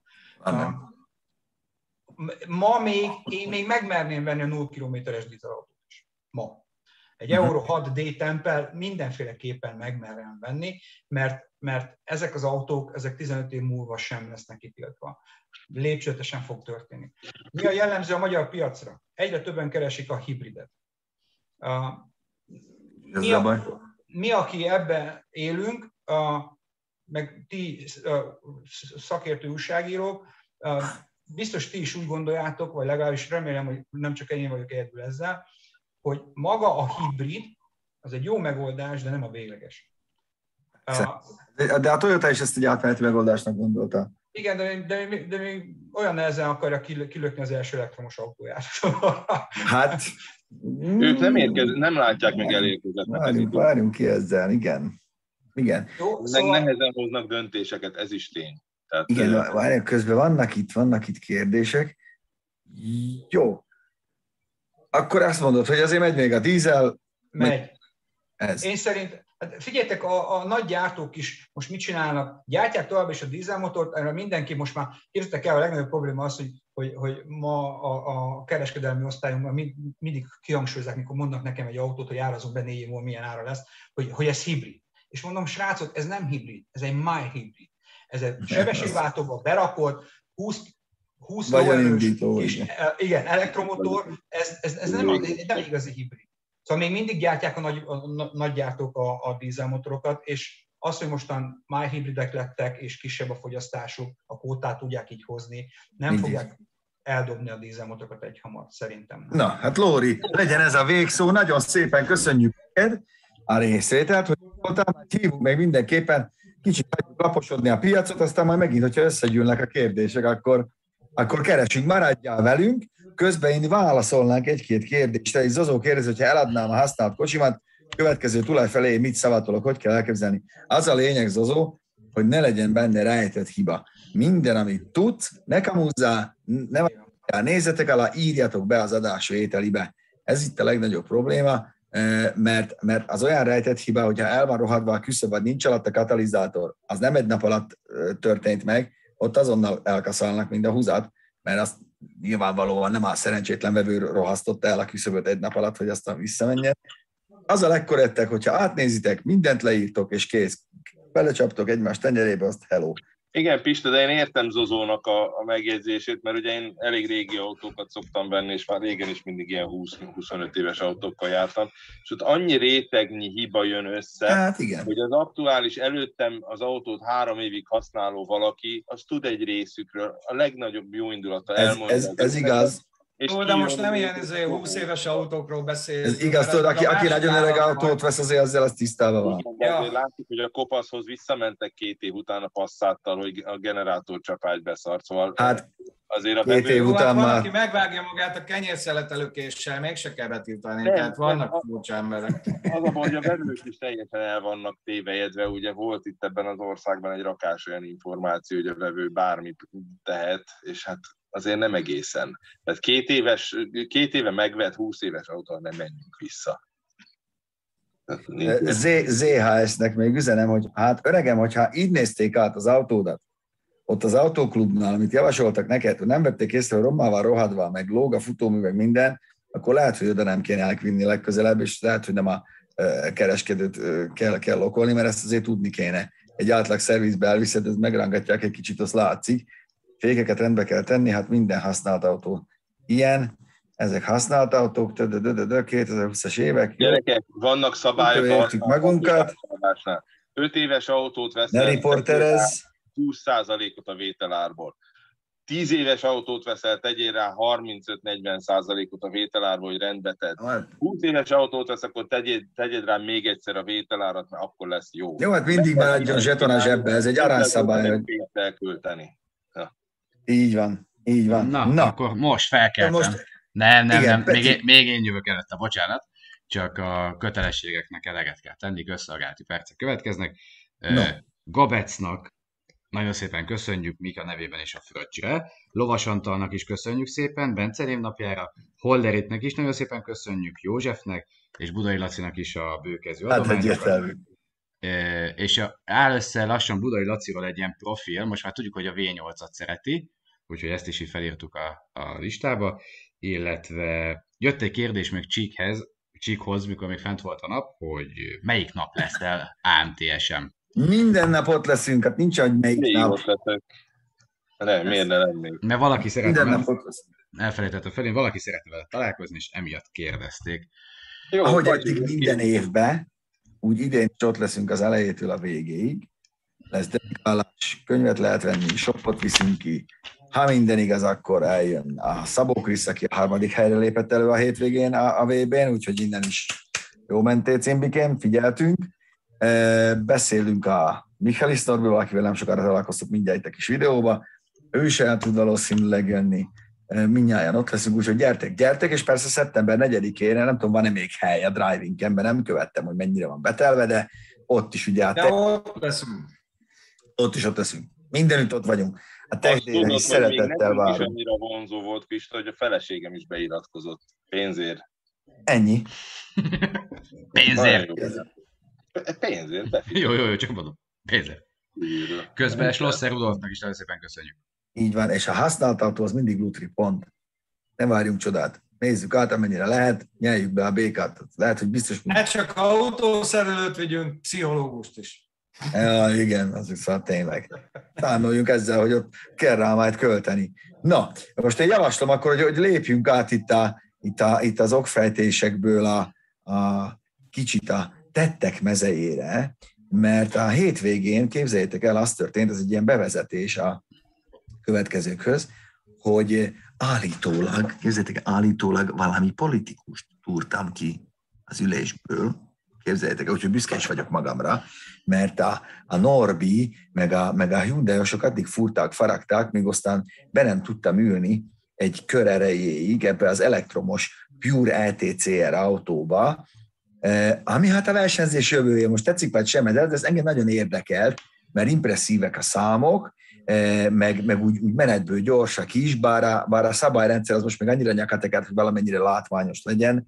Ma én még megmerném venni a 0 kilométeres dízelautót is. Ma. Egy Euro 6D Tempel mindenféleképpen megmerem venni, mert ezek az autók, ezek 15 év múlva sem lesznek kitiltva. Lépcsőzetesen fog történni. Mi a jellemző a magyar piacra? Egyre többen keresik a hibridet. Mi, aki ebben élünk, meg ti szakértő újságírók, biztos ti is úgy gondoljátok, vagy legalábbis remélem, hogy nem csak én vagyok egyedül ezzel, hogy maga a hibrid az egy jó megoldás, de nem a végleges. De a Toyota is ezt egy átmeneti megoldásnak gondolta. Igen, de még olyan nehezen akarja kilökni az első elektromos autóját. Hát... Ők nem látják meg elérkezetnek. Várjunk ki ezzel, igen. Jó, szóval... Nehezen hoznak döntéseket, ez is tény. Tehát, igen, várjunk, közben vannak itt kérdések. Jó. Akkor azt mondod, hogy azért megy még a dízel. Megy. Ez. Én szerint, hát figyeljetek, a nagy gyártók is most mit csinálnak? Gyártják tovább is a dízelmotort, erre mindenki most már, képzeljétek el, a legnagyobb probléma az, hogy ma a kereskedelmi osztályunkban mindig kihangsúlyozzák, mikor mondnak nekem egy autót, hogy árazunk be 4 év múlva, milyen ára lesz, hogy ez hibrid. És mondom, srácok, ez nem hibrid, ez egy mild hibrid. Ez egy sebességváltóba berakott, 20 lóerős igen, elektromotor, ez nem igazi hibrid. Szóval még mindig gyártják a nagy gyártók a dízelmotorokat, és az, hogy mostan mild hibridek lettek, és kisebb a fogyasztásuk, a kvótát tudják így hozni, nem fogják eldobni a dízelmotorokat egyhamar, szerintem. Na, hát Lóri, legyen ez a végszó, nagyon szépen köszönjük neked a részvételt, hogy voltál, hívunk meg mindenképpen, kicsit laposodni a piacot, aztán majd megint, hogyha összegyűlnek a kérdések, akkor keresünk, maradjál velünk, közben én válaszolnánk egy-két kérdést. Egy Zozó kérdezi, hogyha eladnám a használt kocsimat, következő tulaj felé mit szavatolok, hogy kell elképzelni. Az a lényeg, Zozó, hogy ne legyen benne rejtett hiba. Minden, amit tudsz, ne kamúzzál, ne nézzetek alá, írjatok be az adás vételibe. Ez itt a legnagyobb probléma, mert az olyan rejtett hiba, hogyha el van rohadva a küszöb, vagy nincs alatt a katalizátor, az nem egy nap alatt történt meg, ott azonnal elkaszálnak, mint a húzat, mert azt nyilvánvalóan nem a szerencsétlen vevő rohasztotta el a küszöböt egy nap alatt, hogy aztán visszamenjen. Az a legkorrektek, hogyha átnézitek, mindent leírtok, és kész, belecsaptok egymás tenyerébe, azt hello. Igen, Pista, de én értem Zozónak a megjegyzését, mert ugye én elég régi autókat szoktam venni, és már régen is mindig ilyen 20-25 éves autókkal jártam, és ott annyi rétegnyi hiba jön össze, Hát igen. hogy az aktuális előttem az autót 3 évig használó valaki, az tud egy részükről, a legnagyobb jó indulata elmondja. Ez igaz. De most nem ilyen 20 éves autókról beszélünk. Ez igaz, tudod, aki nagyon öreg autót vesz, azért ezzel az tisztában van. Igen, de látjuk, hogy a kopaszhoz visszamentek 2 év után a Passattal, hogy a generátorcsapást beszart, szóval hát, azért a 2 év után már... már... Valaki megvágja magát a kenyérszeletelőkéssel, mégse kell betiltani, tehát vannak furcsa emberek. Az a baj, hogy a vevők is teljesen el vannak tévejedve, ugye volt itt ebben az országban egy rakás olyan információ, hogy a vevő bármit tehet, és hát azért nem egészen. Tehát 2 éve megvett 20 éves autó, nem menjünk vissza. ZHS-nek még üzenem, hogy hát öregem, hogyha így nézték át az autódat, ott az autóklubnál, amit javasoltak neked, hogy nem vették észre, hogy rommá van rohadva, meg lóg a futómű, meg minden, akkor lehet, hogy oda nem kéne elvinni legközelebb, és lehet, hogy nem a kereskedőt kell okolni, mert ezt azért tudni kéne. Egy átlag szervizbe elviszed, ez megrángatják egy kicsit, az látszik. Fékeket rendbe kell tenni, hát minden használt autó ilyen. Ezek használt autók, 2020-as évek. Gyerekek, vannak szabályok. Magunkat. 5 éves autót veszel. Ne riporterez. 20%-ot a vételárból. 10 éves autót veszel, tegyél rá 35-40%-ot a vételárból, hogy rendbe tedd. 20 éves autót vesz, akkor tegyed rá még egyszer a vételárat, mert akkor lesz jó. Jó, hát mindig maradjon zseton a zsebbe, ez egy aranyszabály. Nem pénzt elkölteni. Ja. Így van, így van. Na. Akkor most felkeltem. Nem, még én jövök előtte, bocsánat. Csak a kötelességeknek eleget kell tenni, közszolgálati percek következnek. Gabecnak nagyon szépen köszönjük, Mika nevében és a Fröccsre. Lovas Antalnak is köszönjük szépen, Bence névnapjára. Hollerétnek is nagyon szépen köszönjük, Józsefnek, és Budai Lacinak is a bőkezű adományokat. És áll össze lassan Budai Laciról egy ilyen profil, most már tudjuk, hogy a V8-at szereti, úgyhogy ezt is így felírtuk a listába, illetve jött egy kérdés még Csíkhoz, mikor még fent volt a nap, hogy melyik nap lesz el AMTSM. Minden nap ott leszünk, hát nincs, hogy melyik nap. Nem, miért ne lennénk? Mert valaki szeretne, elfelejtettem felé, valaki szeretne vele találkozni, és emiatt kérdezték. Jó, ahogy eddig minden évben, úgy idén is ott leszünk az elejétől a végéig. Lesz dedikálás, könyvet lehet venni, shopot viszünk ki. Ha minden igaz, akkor eljön a Szabó Krisz, aki a 3. helyre lépett elő a hétvégén a VB-n, úgyhogy innen is jó mentél cimbikén, figyeltünk. Beszélünk a Michaelis Norbival, akivel nem sokára találkoztuk mindjárt egy kis videóba. Ő is el tud valószínűleg jönni. Mindnyájan ott leszünk, úgyhogy gyertek, és persze szeptember 4-én, nem tudom, van-e még hely a Driving Campben, nem követtem, hogy mennyire van betelve, de ott is ugye ott leszünk. Ott leszünk. Mindenütt ott vagyunk. A technére is szeretettel várunk. És annyira vonzó volt, Pista, hogy a feleségem is beiratkozott. Pénzért. Ennyi. Pénzért. Pénzért. Jó, csak mondom. Pénzért. Közben Schlosser Rudolfnak is nagyon szépen köszönjük. Így van, és a használt autó az mindig lutri, pont. Nem várjunk csodát. Nézzük át, amennyire lehet, nyeljük be a békát. Lehet, hogy biztos... Hát csak autószerelőt vigyünk, pszichológust is. Ja, igen, az szóval tényleg. Számoljunk ezzel, hogy ott kell rá majd költeni. Na, most én javaslom akkor, hogy lépjünk át itt az okfejtésekből a kicsit a tettek mezejére, mert a hétvégén, képzeljétek el, az történt, ez egy ilyen bevezetés a következőkhöz, hogy állítólag valami politikust túrtam ki az ülésből, képzeljétek el, úgyhogy büszke is vagyok magamra, mert a Norbi, meg a Hyundai-osok addig fúrták, faragták, míg aztán be nem tudtam ülni egy kör erejéig ebbe az elektromos Pure ETCR autóba, ami hát a versenyzés jövője, most tetszik vagy sem, de ez engem nagyon érdekelt, mert impresszívek a számok, meg úgy menetből gyorsak is, bár a szabályrendszer az most még annyira nyakatekert, hogy valamennyire látványos legyen,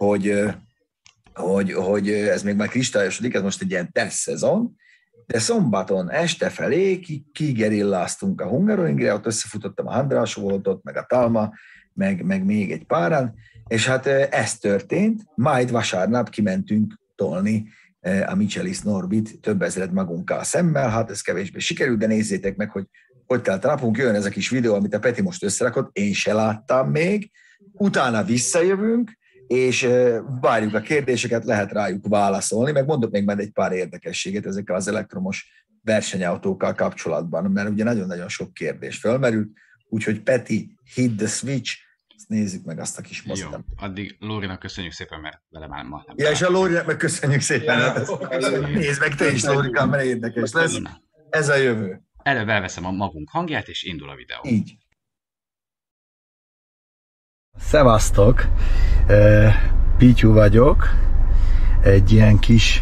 hogy ez még már kristályosodik, ez most egy ilyen tesztszezon, de szombaton este felé kigerilláztunk a Hungaroringre, ott összefutottam a András Voltot, meg a Talma, meg még egy páran, és hát ez történt, majd vasárnap kimentünk tolni a Michelis Norbit több ezred magunkkal szemmel, hát ez kevésbé sikerült, de nézzétek meg, hogy telt a napunk, jön ez a kis videó, amit a Peti most összerakott, én se láttam még, utána visszajövünk, és várjuk a kérdéseket, lehet rájuk válaszolni, meg mondok még majd egy pár érdekességet ezekkel az elektromos versenyautókkal kapcsolatban, mert ugye nagyon-nagyon sok kérdés fölmerült, úgyhogy Peti, hit the switch, ezt nézzük meg azt a kis mozdot. Jó, addig Lórinak köszönjük szépen, mert vele már ma nem. Ja, és a Lórinak meg köszönjük szépen. Ja, nézd meg te is, Lórika, mert érdekes lesz. Ez a jövő. Előbb elveszem a magunk hangját, és indul a videó. Így. Szevasztok! Pityu vagyok. Egy ilyen kis...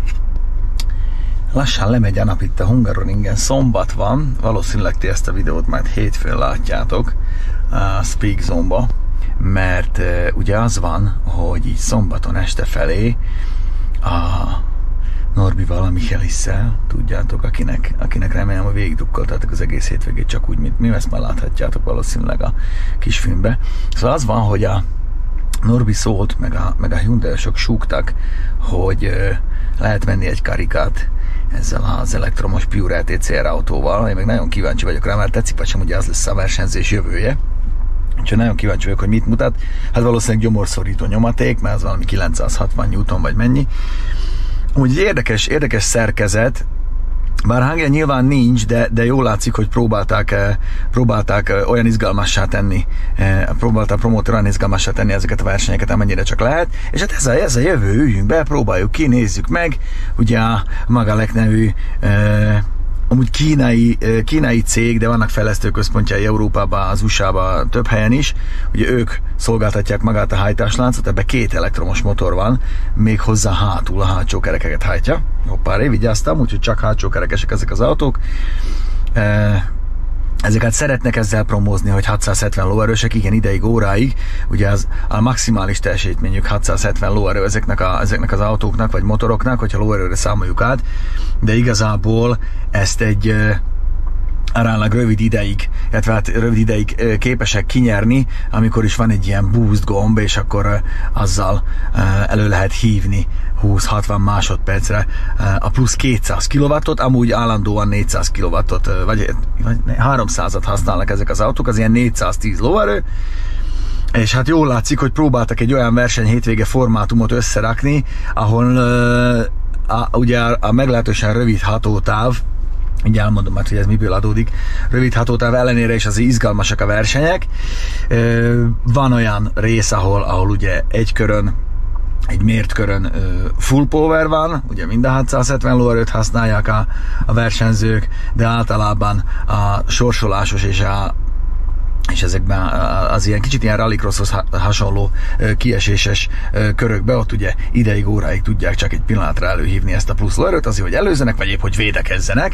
Lassan lemegy a nap itt a Hungaroringen. Szombat van. Valószínűleg ti ezt a videót majd hétfőn látjátok a Speak Zone-ba, mert ugye az van, hogy így szombaton este felé a Norbival, a Michelisszel, tudjátok, akinek remélem, hogy végigdukkoltátok az egész hétvégét, csak úgy, mint mi, ezt már láthatjátok valószínűleg a kisfilmbe. Szóval az van, hogy a Norbi szólt, meg a Hyundai-osok súgtak, hogy lehet venni egy karikát ezzel az elektromos Pure LTCR autóval. Én meg nagyon kíváncsi vagyok rá, mert tetszik, vagy sem, ugye az lesz a versenyzés jövője. Úgyhogy nagyon kíváncsi vagyok, hogy mit mutat. Hát valószínűleg gyomorszorító nyomaték, mert az valami 960 Newton vagy mennyi. Úgy érdekes szerkezet, bár hangja nyilván nincs, de jól látszik, hogy próbálták olyan izgalmassá tenni, próbálta a promóter olyan izgalmassá tenni ezeket a versenyeket, amennyire csak lehet, és hát ez a jövő, üljünk be, próbáljuk ki, nézzük meg, ugye a Magalek nevű amúgy kínai cég, de vannak fejlesztőközpontjai Európában, az USA-ban, több helyen is. Ugye ők szolgáltatják magát a hajtásláncot, ebben 2 elektromos motor van, még hozzá hátul a hátsó kerekeket hajtja. Hoppá, vigyáztam, úgyhogy csak hátsó kerekesek ezek az autók. Ezeket szeretnek ezzel promózni, hogy 670 lóerősek, igen, ideig, óráig. Ugye a maximális teljesítményük 670 lóerő ezeknek az autóknak, vagy motoroknak, hogyha lóerőre számoljuk át, de igazából ezt egy aránylag rövid ideig, illetve hát rövid ideig képesek kinyerni, amikor is van egy ilyen boost gomb, és akkor azzal elő lehet hívni 20-60 másodpercre a plusz 200 kW-ot, amúgy állandóan 400 kW-ot, vagy 300-at használnak ezek az autók, az ilyen 410 lóerő, és hát jól látszik, hogy próbáltak egy olyan verseny hétvége formátumot összerakni, ahol ugye a meglehetősen rövid hatótáv, így elmondom majd, hogy ez miből adódik. Rövid hatótáv ellenére is az izgalmasak a versenyek. Van olyan rész, ahol ugye egy mért körön full power van, ugye minden 670 lóerőt használják a versenyzők, de általában a sorsolásos és ezekben az ilyen kicsit ilyen rallycrosshoz hasonló kieséses körökbe, ott ugye ideig, óráig tudják csak egy pillanatra előhívni ezt a plusz lóerőt, azért, hogy előzzenek, vagy épp, hogy védekezzenek.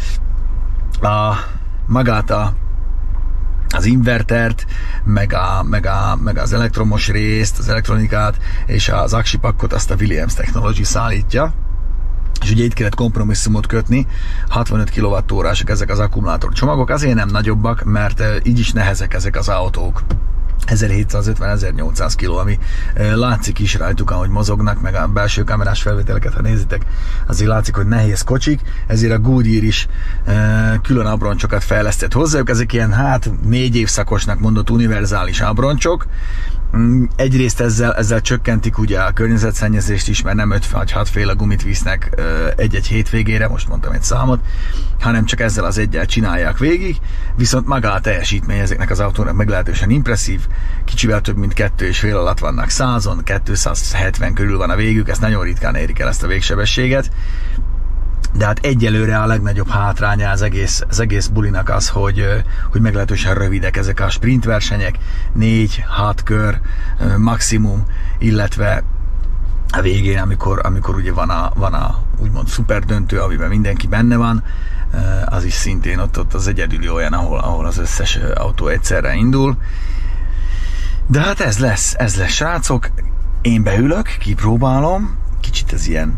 Magát az invertert, meg az elektromos részt, az elektronikát és az aksipakkot azt a Williams Technology szállítja. És ugye itt kellett kompromisszumot kötni, 65 kWh-ások ezek az akkumulátor csomagok, azért nem nagyobbak, mert így is nehezek ezek az autók. 1750-1800 kg, ami látszik is rajtuk, ahogy mozognak, meg a belső kamerás felvételeket, ha nézitek, azért látszik, hogy nehéz kocsik, ezért a Goodyear is külön abroncsokat fejlesztett hozzájuk, ezek ilyen 4 évszakosnak mondott univerzális abroncsok. Egyrészt ezzel csökkentik ugye a környezetszennyezést is, mert nem 5 vagy 6 féle gumit visznek egy-egy hétvégére, most mondtam egy számot, hanem csak ezzel az egyel csinálják végig, viszont maga a teljesítmény ezeknek az autónak meglehetősen impresszív, kicsivel több mint 2,5 alatt vannak 100-on, 270 körül van a végük, ezt nagyon ritkán érik el ezt a végsebességet. De hát egyelőre a legnagyobb hátránya az egész bulinak az, hogy meglehetősen rövidek ezek a sprint versenyek, 4-6 kör maximum, illetve a végén, amikor ugye van a úgymond szuper döntő, amiben mindenki benne van, az is szintén ott az egyedüli olyan, ahol az összes autó egyszerre indul. De hát ez lesz srácok, én beülök, kipróbálom, kicsit ez ilyen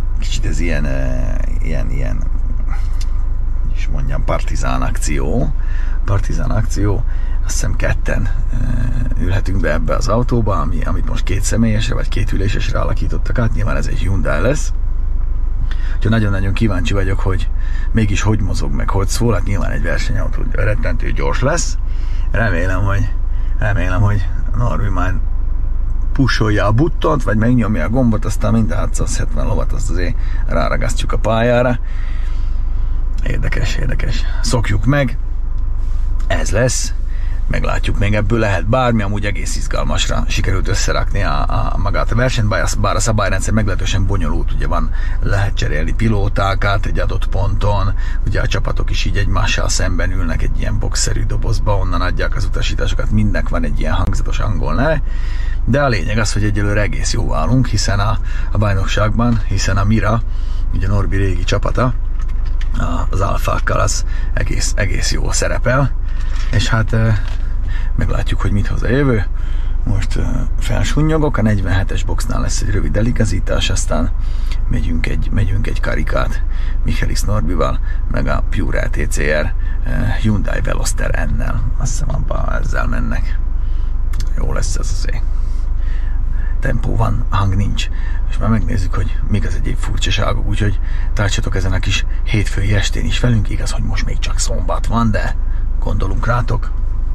is mondjam, partizán akció, azt hiszem ketten ülhetünk be ebbe az autóba, amit most 2 személyesre vagy 2 ülésesre alakítottak át, nyilván ez egy Hyundai lesz. Úgyhogy nagyon-nagyon kíváncsi vagyok, hogy mégis hogy mozog, meg hogy szól, hát nyilván egy versenyautó rettentő gyors lesz. Remélem, hogy Norbi majd pusolja a buttont, vagy megnyomja a gombot, aztán mind a 670 lovat azt azért ráragasztjuk a pályára. Érdekes. Szokjuk meg. Ez lesz. Meglátjuk, még ebből lehet bármi, amúgy egész izgalmasra sikerült összerakni magát a versenyt, bár a szabályrendszer meglehetősen bonyolult, ugye lehet cserélni pilótákat egy adott ponton, ugye a csapatok is így egymással szemben ülnek egy ilyen boxszerű dobozba, onnan adják az utasításokat, mindnek van egy ilyen hangzatos angol neve, de a lényeg az, hogy egyelőre egész jó állunk, hiszen a bajnokságban, hiszen a Mira, ugye Norbi régi csapata, az alfákkal az egész jó szerepel, és hát meglátjuk, hogy mit hoz a jövő. Most felsunnyogok, a 47-es boxnál lesz egy rövid eligazítás, aztán megyünk egy karikát Michelis Norbival, meg a Pure TCR Hyundai Veloster N-nel. Azt hiszem, abban ezzel mennek. Jó lesz ez azért. Tempó van, hang nincs. És már megnézzük, hogy még az egyéb furcsaságok, úgyhogy tartsatok ezen a kis hétfői estén is velünk, igaz, hogy most még csak szombat van, de gondolunk rátok.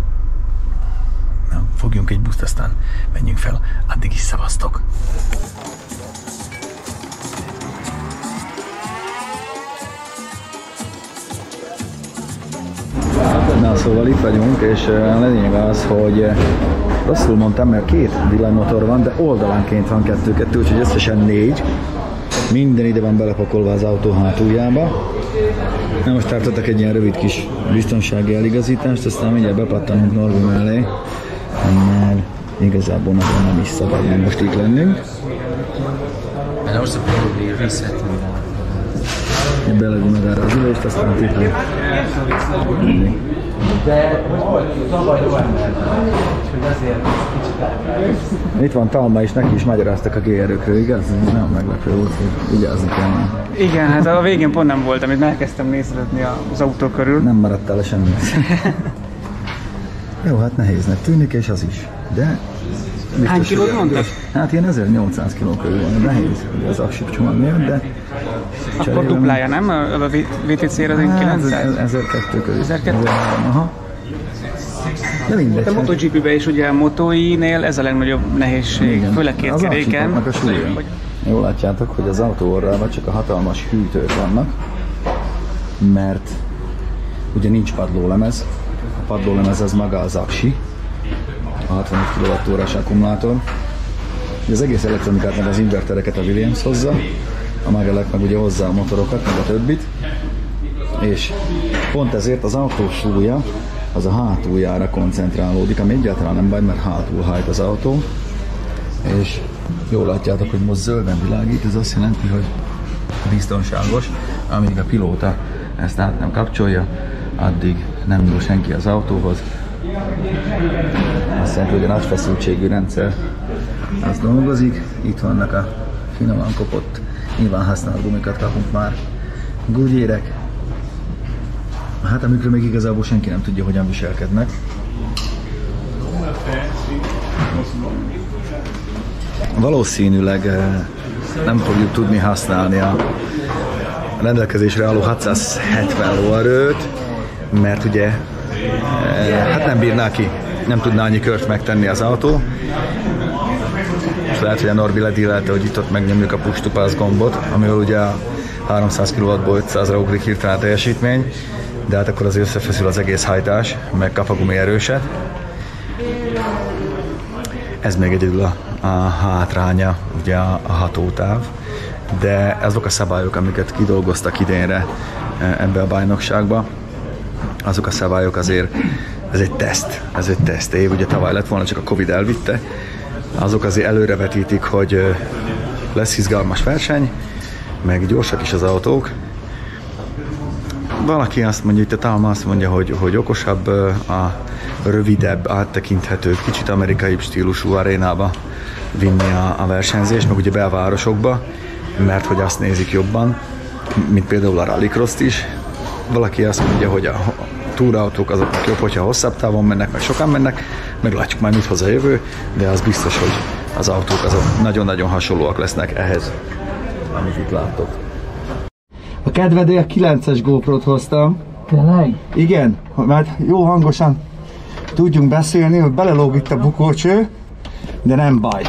Na, fogjunk egy buszt, aztán menjünk fel. Addig is szevasztok! Na, szóval itt vagyunk, és a lényeg az, hogy rosszul mondtam, mert 2 villanymotor van, de oldalánként van 2-2, úgyhogy összesen 4. Minden ide van belepakolva az autó hátuljába. Na, most tartottak egy ilyen rövid kis biztonsági eligazítást, aztán mindjárt bepattanunk Norbi mellé, mert igazából nagyon nem is szabad még most itt lennünk. Beledünk meg arra az ülést, aztán titlő. Itt van Talma, és neki is magyaráztak a GR-ökről, igaz? Ez nem meglepő volt, hogy vigyázni kell. Igen, hát a végén pont nem voltam, itt elkezdtem nézgetni az autó körül. Nem maradtál le semmit. Jó, hát nehéznek tűnik, és az is. De hány kilót mondtad? Hát ilyen 1800 kiló körül van, az nehéz, az aksip csomag miatt, de... Akkor duplája, nem? A VTC-re az 900? 1002 körül. 1002? Aha. De mindegy. A MotoGP-ben is ugye a motóinél ez a legnagyobb nehézség, igen, főleg 2 keréken. A súlya. Jól látjátok, hogy az autó orrában csak a hatalmas hűtők vannak, mert ugye nincs padlólemez. A padlólemez az maga az aksi, a 65 kWh-s akkumulátor. Az egész elektronikát, meg az invertereket a Williams hozza, a Magelec meg ugye hozzá a motorokat, meg a többit. És pont ezért az autó súlya az a hátuljára koncentrálódik, ami egyáltalán nem baj, mert hátul hajt az autó. És jól látjátok, hogy most zölden világít, ez azt jelenti, hogy biztonságos, amíg a pilóta ezt át nem kapcsolja, addig nem indul senki az autóhoz. Azt jelenti, hogy a nagy feszültségű rendszer az dolgozik. Itt vannak a finoman kopott, nyilván használt gumikat kapunk már. Goodyearek. Hát amikről még igazából senki nem tudja, hogyan viselkednek. Valószínűleg nem fogjuk tudni használni a rendelkezésre álló 670 lóerőt, mert ugye hát nem bírná ki, nem tudná annyi kört megtenni az autó. És lehet, hogy a Norbi ledillelte, hogy itt ott megnyomjuk a push to pass gombot, amivel ugye a 300 kW-ból 500-ra ugrik hirtelen a teljesítmény, de hát akkor azért összefeszül az egész hajtás, meg kap a gumi erőset. Ez még egyedül a hátránya, ugye a hatótáv, de azok a szabályok, amiket kidolgoztak idénre ebbe a bajnokságba, azok a szabályok azért, ez egy teszt év, ugye tavaly lett volna, csak a Covid elvitte, azok azért előrevetítik, hogy lesz izgalmas verseny, meg gyorsak is az autók. Valaki azt mondja, itt a Talma azt mondja, hogy okosabb a rövidebb, áttekinthető, kicsit amerikai stílusú arénába vinni a versenyzést, meg ugye belvárosokba, mert hogy azt nézik jobban, mint például a rallycross-t is. Valaki azt mondja, hogy a túrautók azok jobb, hogyha hosszabb távon mennek, meg sokan mennek, meglátjuk majd mit hoz a jövő, de az biztos, hogy az autók azok nagyon-nagyon hasonlóak lesznek ehhez, amit itt láttok. A kedvedért 9-es GoPro-t hoztam. Tényleg? Igen, mert jó hangosan tudjunk beszélni, hogy belelóg itt a bukócső, de nem baj.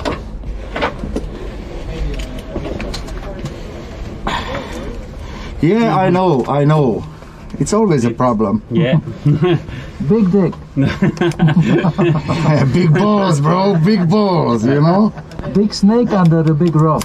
Yeah, I know. It's always a problem. Yeah. Big dick. Big balls, bro. Big balls, you know? Big snake under the big rock.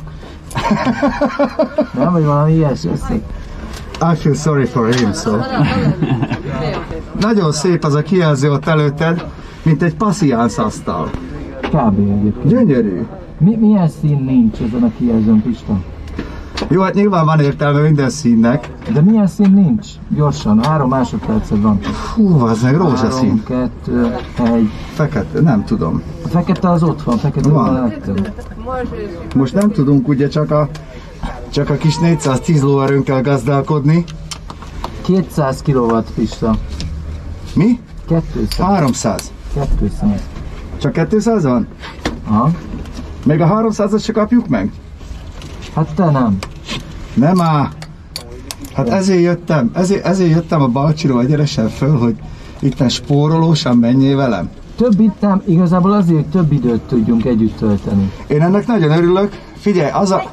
Nem, vagy valami ilyesmi. I feel sorry for him, so. Nagyon szép az a kijelző ott előtted, mint egy passziánsz asztal. Kb. egyébként. Gyönyörű. Milyen szín nincs ezen a kijelzőn, Pista? Jó, hát nyilván van értelme minden színnek. De milyen szín nincs? Gyorsan, 3 másodpercet van. Hú, az meg rózsaszín. 3, 2, 1. Fekete, nem tudom. A fekete az ott van, fekete van. Most nem tudunk ugye csak a kis 410 lóerőnkkel gazdálkodni. 200 kW, Pista. Mi? 200. 300. 200. Csak 200 van? Aha. Még a 300-at se kapjuk meg? Hát te nem. Nem áll. Hát ezért jöttem a Balcsiról egyenesen föl, hogy itten spórolósan menjél velem. Több itt igazából azért, hogy több időt tudjunk együtt tölteni. Én ennek nagyon örülök. Figyelj, az a...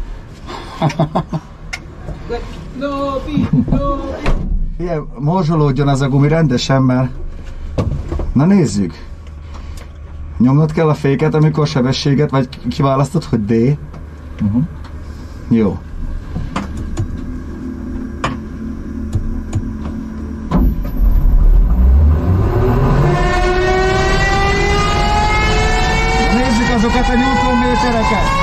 Figyelj, morzsolódjon az a gumi rendesen, mert... Na nézzük. Nyomnod kell a féket, amikor sebességet, vagy kiválasztod, hogy D. Jó. Nézzük azokat a newtonmétereket!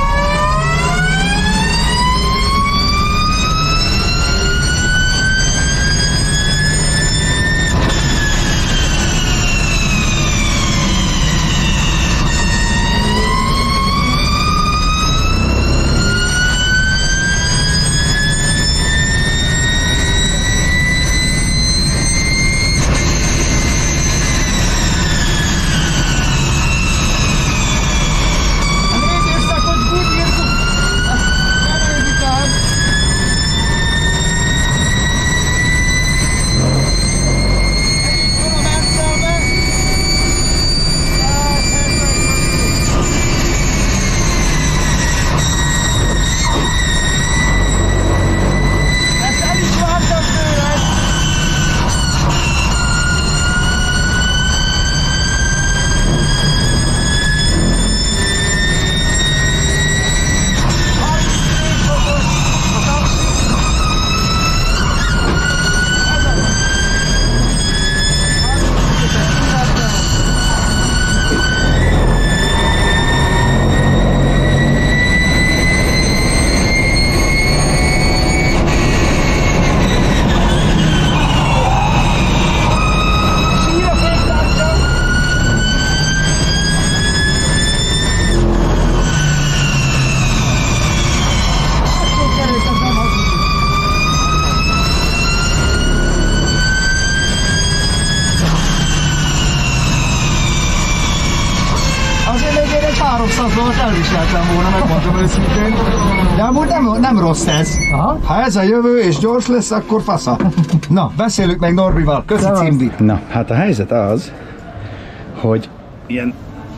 Elviseltem volna, megmondtam őszintén. De amúgy nem rossz ez. Aha. Ha ez a jövő és gyors lesz, akkor fasza. Na, beszélünk meg Norbival. Köszi, Cimbi. Na, hát a helyzet az, hogy ilyen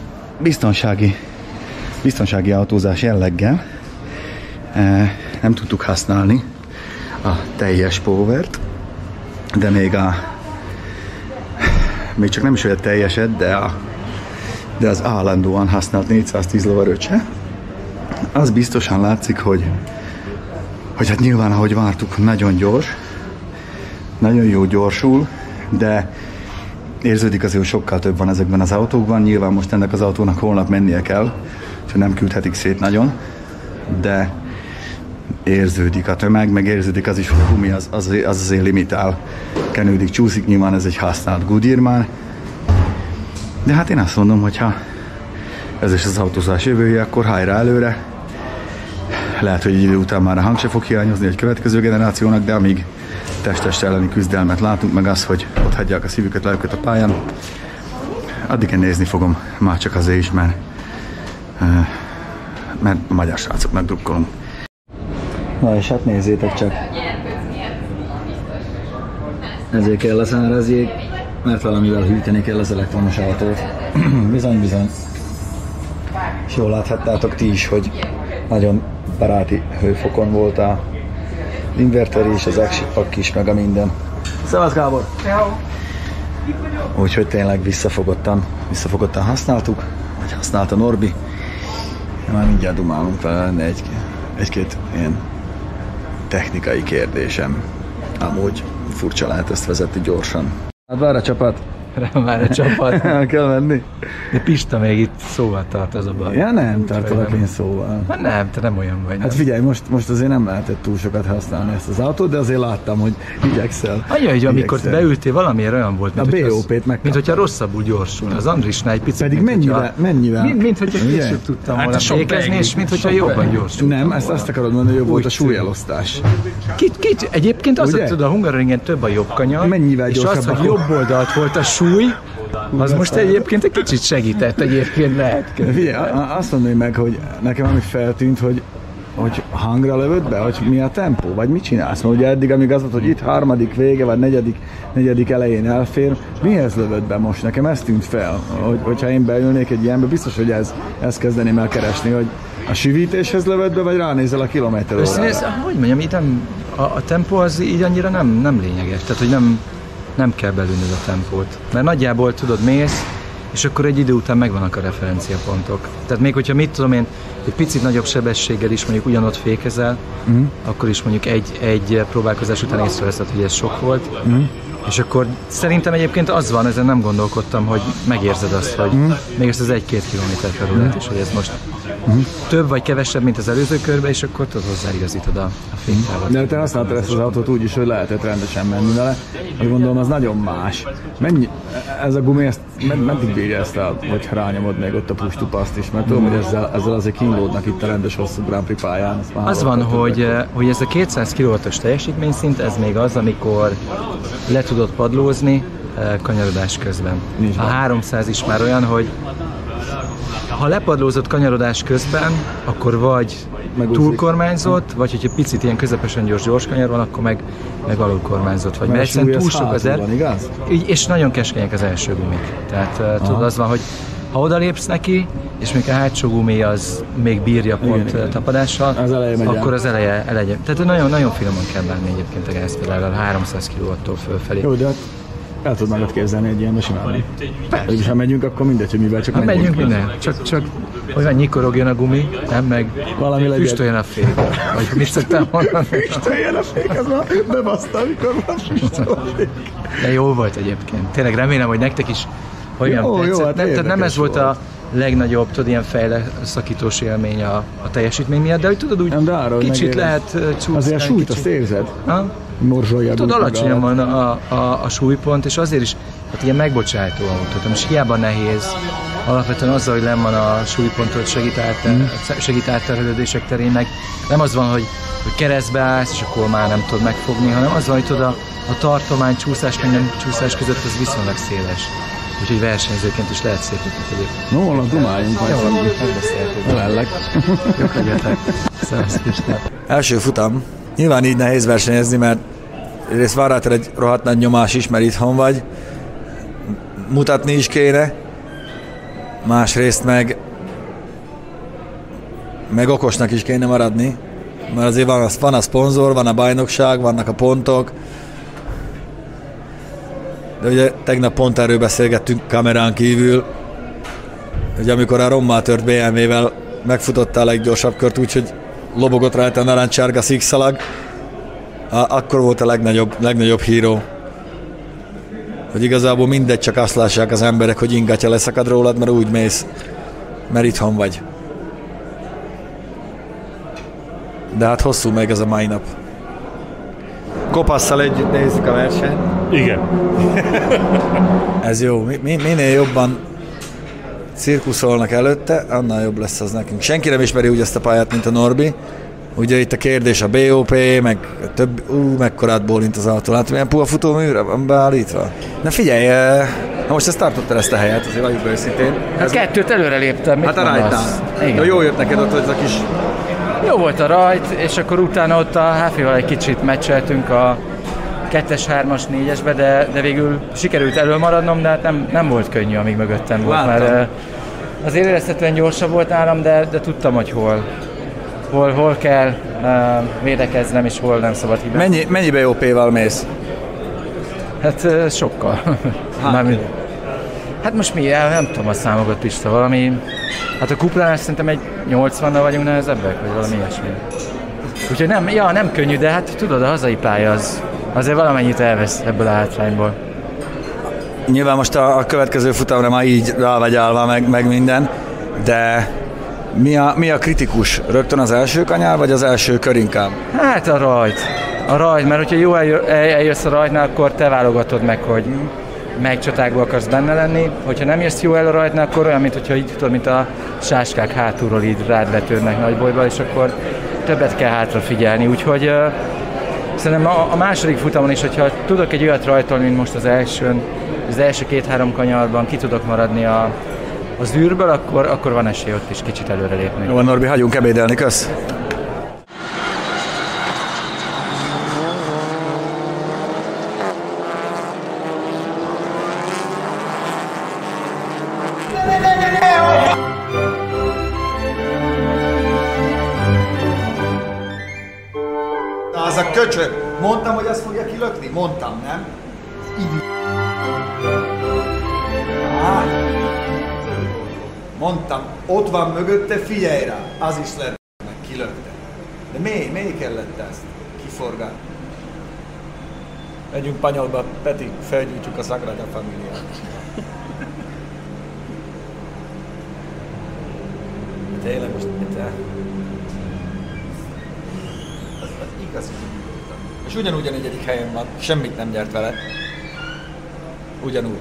biztonsági autózás jelleggel nem tudtuk használni a teljes powert, de még csak nem is olyan teljeset, de az állandóan használt 410 lóerőt se. Az biztosan látszik, hogy hát nyilván, ahogy vártuk, nagyon gyors, nagyon jó gyorsul, de érződik azért, hogy sokkal több van ezekben az autókban. Nyilván most ennek az autónak holnap mennie kell, úgyhogy nem küldhetik szét nagyon. de érződik a tömeg, meg érződik az is, hogy a gumi az azért limitál. Kenődik, csúszik, nyilván ez egy használt Goodyear már. De hát én azt mondom, hogyha ez is az autózás jövője, akkor hajrá előre. Lehet, hogy egy idő után már a hang se fog hiányozni egy következő generációnak, de amíg test-test elleni küzdelmet látunk, meg az, hogy ott hagyják a szívüket, lelküket a pályán, addig én nézni fogom, már csak azért is, mert a magyar srácoknak drukkolom. Na és hát nézzétek csak. Ezért kell a szárazjég, mert valamivel hűteni kell az elektromos autót. Bizony. És jól láthattátok ti is, hogy nagyon baráti hőfokon volt a inverter is, az exit is, meg a minden. Szevasz Gábor! Úgyhogy tényleg visszafogottan használtuk, vagy használta Norbi. Már mindjárt dumálunk vele, egy-két ilyen technikai kérdésem. Amúgy furcsa lehet ezt vezetni gyorsan. Hát vár a csapat! Már a csapat. El kell menni. De Pista még itt szóval tart, az a baj. Ja nem, tartalak én szóval. Hát nem, te nem olyan vagy. Hát figyelj, most azért nem lehetett túl sokat használni ezt az autót, de azért láttam, hogy igyekszel. Hogy amikor te beültél, valamiért olyan volt, mint, a BOP-t meg. Mint hogyha rosszabbul gyorsul. Az Andrisnál egy picit. Pedig mennyivel? Mint hogyha később tudtam volna fékezni, és mint hogyha jobban gyorsul. Nem, azt akarod mondani, jobb volt a súlyelosztás. Egyébként az, hogy a Hungaroringen több a jobb kanyar, mennyivel és az, hogy jobb oldalt volt a súly, az most egyébként egy kicsit segített, egyébként lehet. Figyelj, azt mondom meg, hogy nekem ami feltűnt, hogy hangra lövöd be, hogy mi a tempó, vagy mit csinálsz? Mert ugye eddig, amíg az volt, hogy itt harmadik vége, vagy negyedik elején elfér, mihez lövöd be most? Nekem ez tűnt fel, hogyha én beülnék egy ilyenbe, biztos, hogy ezt kezdeném el keresni, hogy a sűvítéshez lövöd be, vagy ránézel a kilométer órára? Hogy mondjam, itt a tempó az így annyira nem lényeges, tehát hogy nem kell belülnöd a tempót. Mert nagyjából tudod, mész, és akkor egy idő után megvannak a referenciapontok. Tehát még hogyha mit tudom én, egy picit nagyobb sebességgel is mondjuk ugyanott fékezel, akkor is mondjuk egy próbálkozás után észreveszed, hogy ez sok volt. És akkor szerintem egyébként az van, ezen nem gondolkodtam, hogy megérzed azt, hogy még ez az 1-2 km per és hogy ez most több vagy kevesebb, mint az előző körbe, és akkor tudod hozzáigazítod a fénytávot. De te használtad ezt az autót úgy is, hogy lehetett rendesen menni vele, hogy gondolom az nagyon más. Ez a gumi, meddig bírja ezt el, hogy rányomod még ott a push-to-passt is, mert tudom, hogy ezzel azért kínlódnak itt a rendes hosszú Grand Prix pályán. Az van, hogy ez a 200 kW-os teljesítményszint, ez még az, amikor le tudod padlózni kanyarodás közben. A 300 is már olyan, hogy ha lepadlózott kanyarodás közben, akkor vagy túlkormányzott, vagy hogyha picit ilyen közepesen gyors kanyar van, akkor meg alulkormányzott vagy. Mert egyszerűen túl sok az és nagyon keskenyek az első gumik. Tehát tudod, az van, hogy ha odalépsz neki, és még a hátsó gumi az még bírja pont tapadással, akkor az eleje. Tehát nagyon finoman kell bánni egyébként a gázpedállal, 300 kW-tól fölfelé. Jó, de el tudod magad képzelni egy ilyenbe simán. Persze. Ha megyünk, akkor mindegy, hogy mivel csak menjünk minden. Csak hogy nyikorogjon a gumi, nem meg füstöljen a fék. Vagy mit szoktam mondani? Füstöljen a fék, az már bebaszta, amikor már füstöl a fék. De jó volt egyébként. Tényleg remélem, hogy nektek is olyan tetszett. Tehát nem ez volt a legnagyobb, tudod, ilyen fejleszakítós élmény a teljesítmény miatt, de hogy tudod úgy kicsit lehet csúszni. Azért a súlyt azt érzed? Morzsolja. Tudod, alacsonyan van a súlypont, és azért is hát ilyen megbocsájtó autó. Most hiába nehéz. Alapvetően azzal, hogy nem van a súlypont, hogy segít átterhelődések terén, meg nem az van, hogy keresztbe állsz, és akkor már nem tudod megfogni, hanem az van, hogy tudod, a tartomány csúszás, minden csúszás között az viszonylag széles. Úgyhogy versenyzőként is lehet szépíteni egyébként. No, dumáljunk majd. Jó, megbeszéltük. Lellek. Jók legyetek. Szevasz, Pistán. Első futam. Nyilván így nehéz versenyezni, mert egyrészt van rád egy rohadt nagy nyomás is, mert itthon vagy. Mutatni is kéne. Másrészt meg okosnak is kéne maradni. Mert azért van a szponzor, van a bajnokság, vannak a pontok. De ugye tegnap pont erről beszélgettünk kamerán kívül, hogy amikor a rommá tört BMW-vel megfutottál egy gyorsabb kört, úgyhogy lobogott rajta a narancssárga szikszalag, akkor volt a legnagyobb híró. Hogy igazából mindegy, csak azt lássák az emberek, hogy ingatja leszakad rólad, mert úgy mész, mert itthon vagy. de hát hosszú még ez a mai nap. Kopasszal együtt nézzük a versenyt. Igen. Ez jó. Minél jobban cirkuszolnak előtte, annál jobb lesz az nekünk. Senki nem ismeri úgy ezt a pályát, mint a Norbi. Ugye itt a kérdés a BOP, meg több, mekkorát bólint az autó. Látom, milyen puha futóműre van beállítva. Na figyelj, most ezt tartottál ezt a helyet, azért valljuk be őszintén. Hát kettőt előre léptem. Hát a rajtnál. Jó jött neked ott ez a kis... Jó volt a rajt, és akkor utána ott a Háfival egy kicsit meccseltünk a 2-es, 3-as, 4-esbe, de végül sikerült előmaradnom, de hát nem volt könnyű, amíg mögöttem volt. Mert azért érezhetően gyorsabb volt nálam, de tudtam, hogy hol kell védekeznem, és hol nem szabad hibázni. Mennyi BOP-val mész? Hát sokkal. Hát most mi? Nem tudom a számokat, Pista, valami... Hát a kuplánál szerintem egy 80-nal vagyunk nehezebbek, vagy valami ilyesmi. Úgyhogy nem könnyű, de hát tudod, a hazai pálya azért valamennyit elvesz ebből a hátrányból. Nyilván most a következő futamra már így rá vagy állva meg minden, de mi a kritikus? Rögtön az első kanyar, vagy az első kör inkább? Hát a rajt, mert hogyha jó eljössz a rajtnál, akkor te válogatod meg, hogy melyik csatákból akarsz benne lenni. Hogyha nem jössz jó el a rajtnál, akkor olyan, mintha így tudod, mint a sáskák hátulról így rád vetődnek nagybolyba, és akkor többet kell hátra figyelni. Úgyhogy szerintem a második futamon is, hogyha tudok egy olyat rajtolni, mint most az első 2-3 kanyarban ki tudok maradni az űrből, akkor van esély ott is kicsit előrelépni. Jó, Norbi, hagyjunk ebédelni, kösz! Na, az a köcsög! Mondtam, hogy azt fogja kilökni? Mondtam, nem? Mondtam, ott van mögötte, figyelj rá! Az is lett, meg kilökte. De miért kellett ezt kiforgatni? Megyünk Panyolba, Peti, felgyújtjuk a Sagrada Familiát. Tényleg most te? Az igaz, és ugyanúgy a 4. helyen van, semmit nem nyert vele. Ugyanúgy.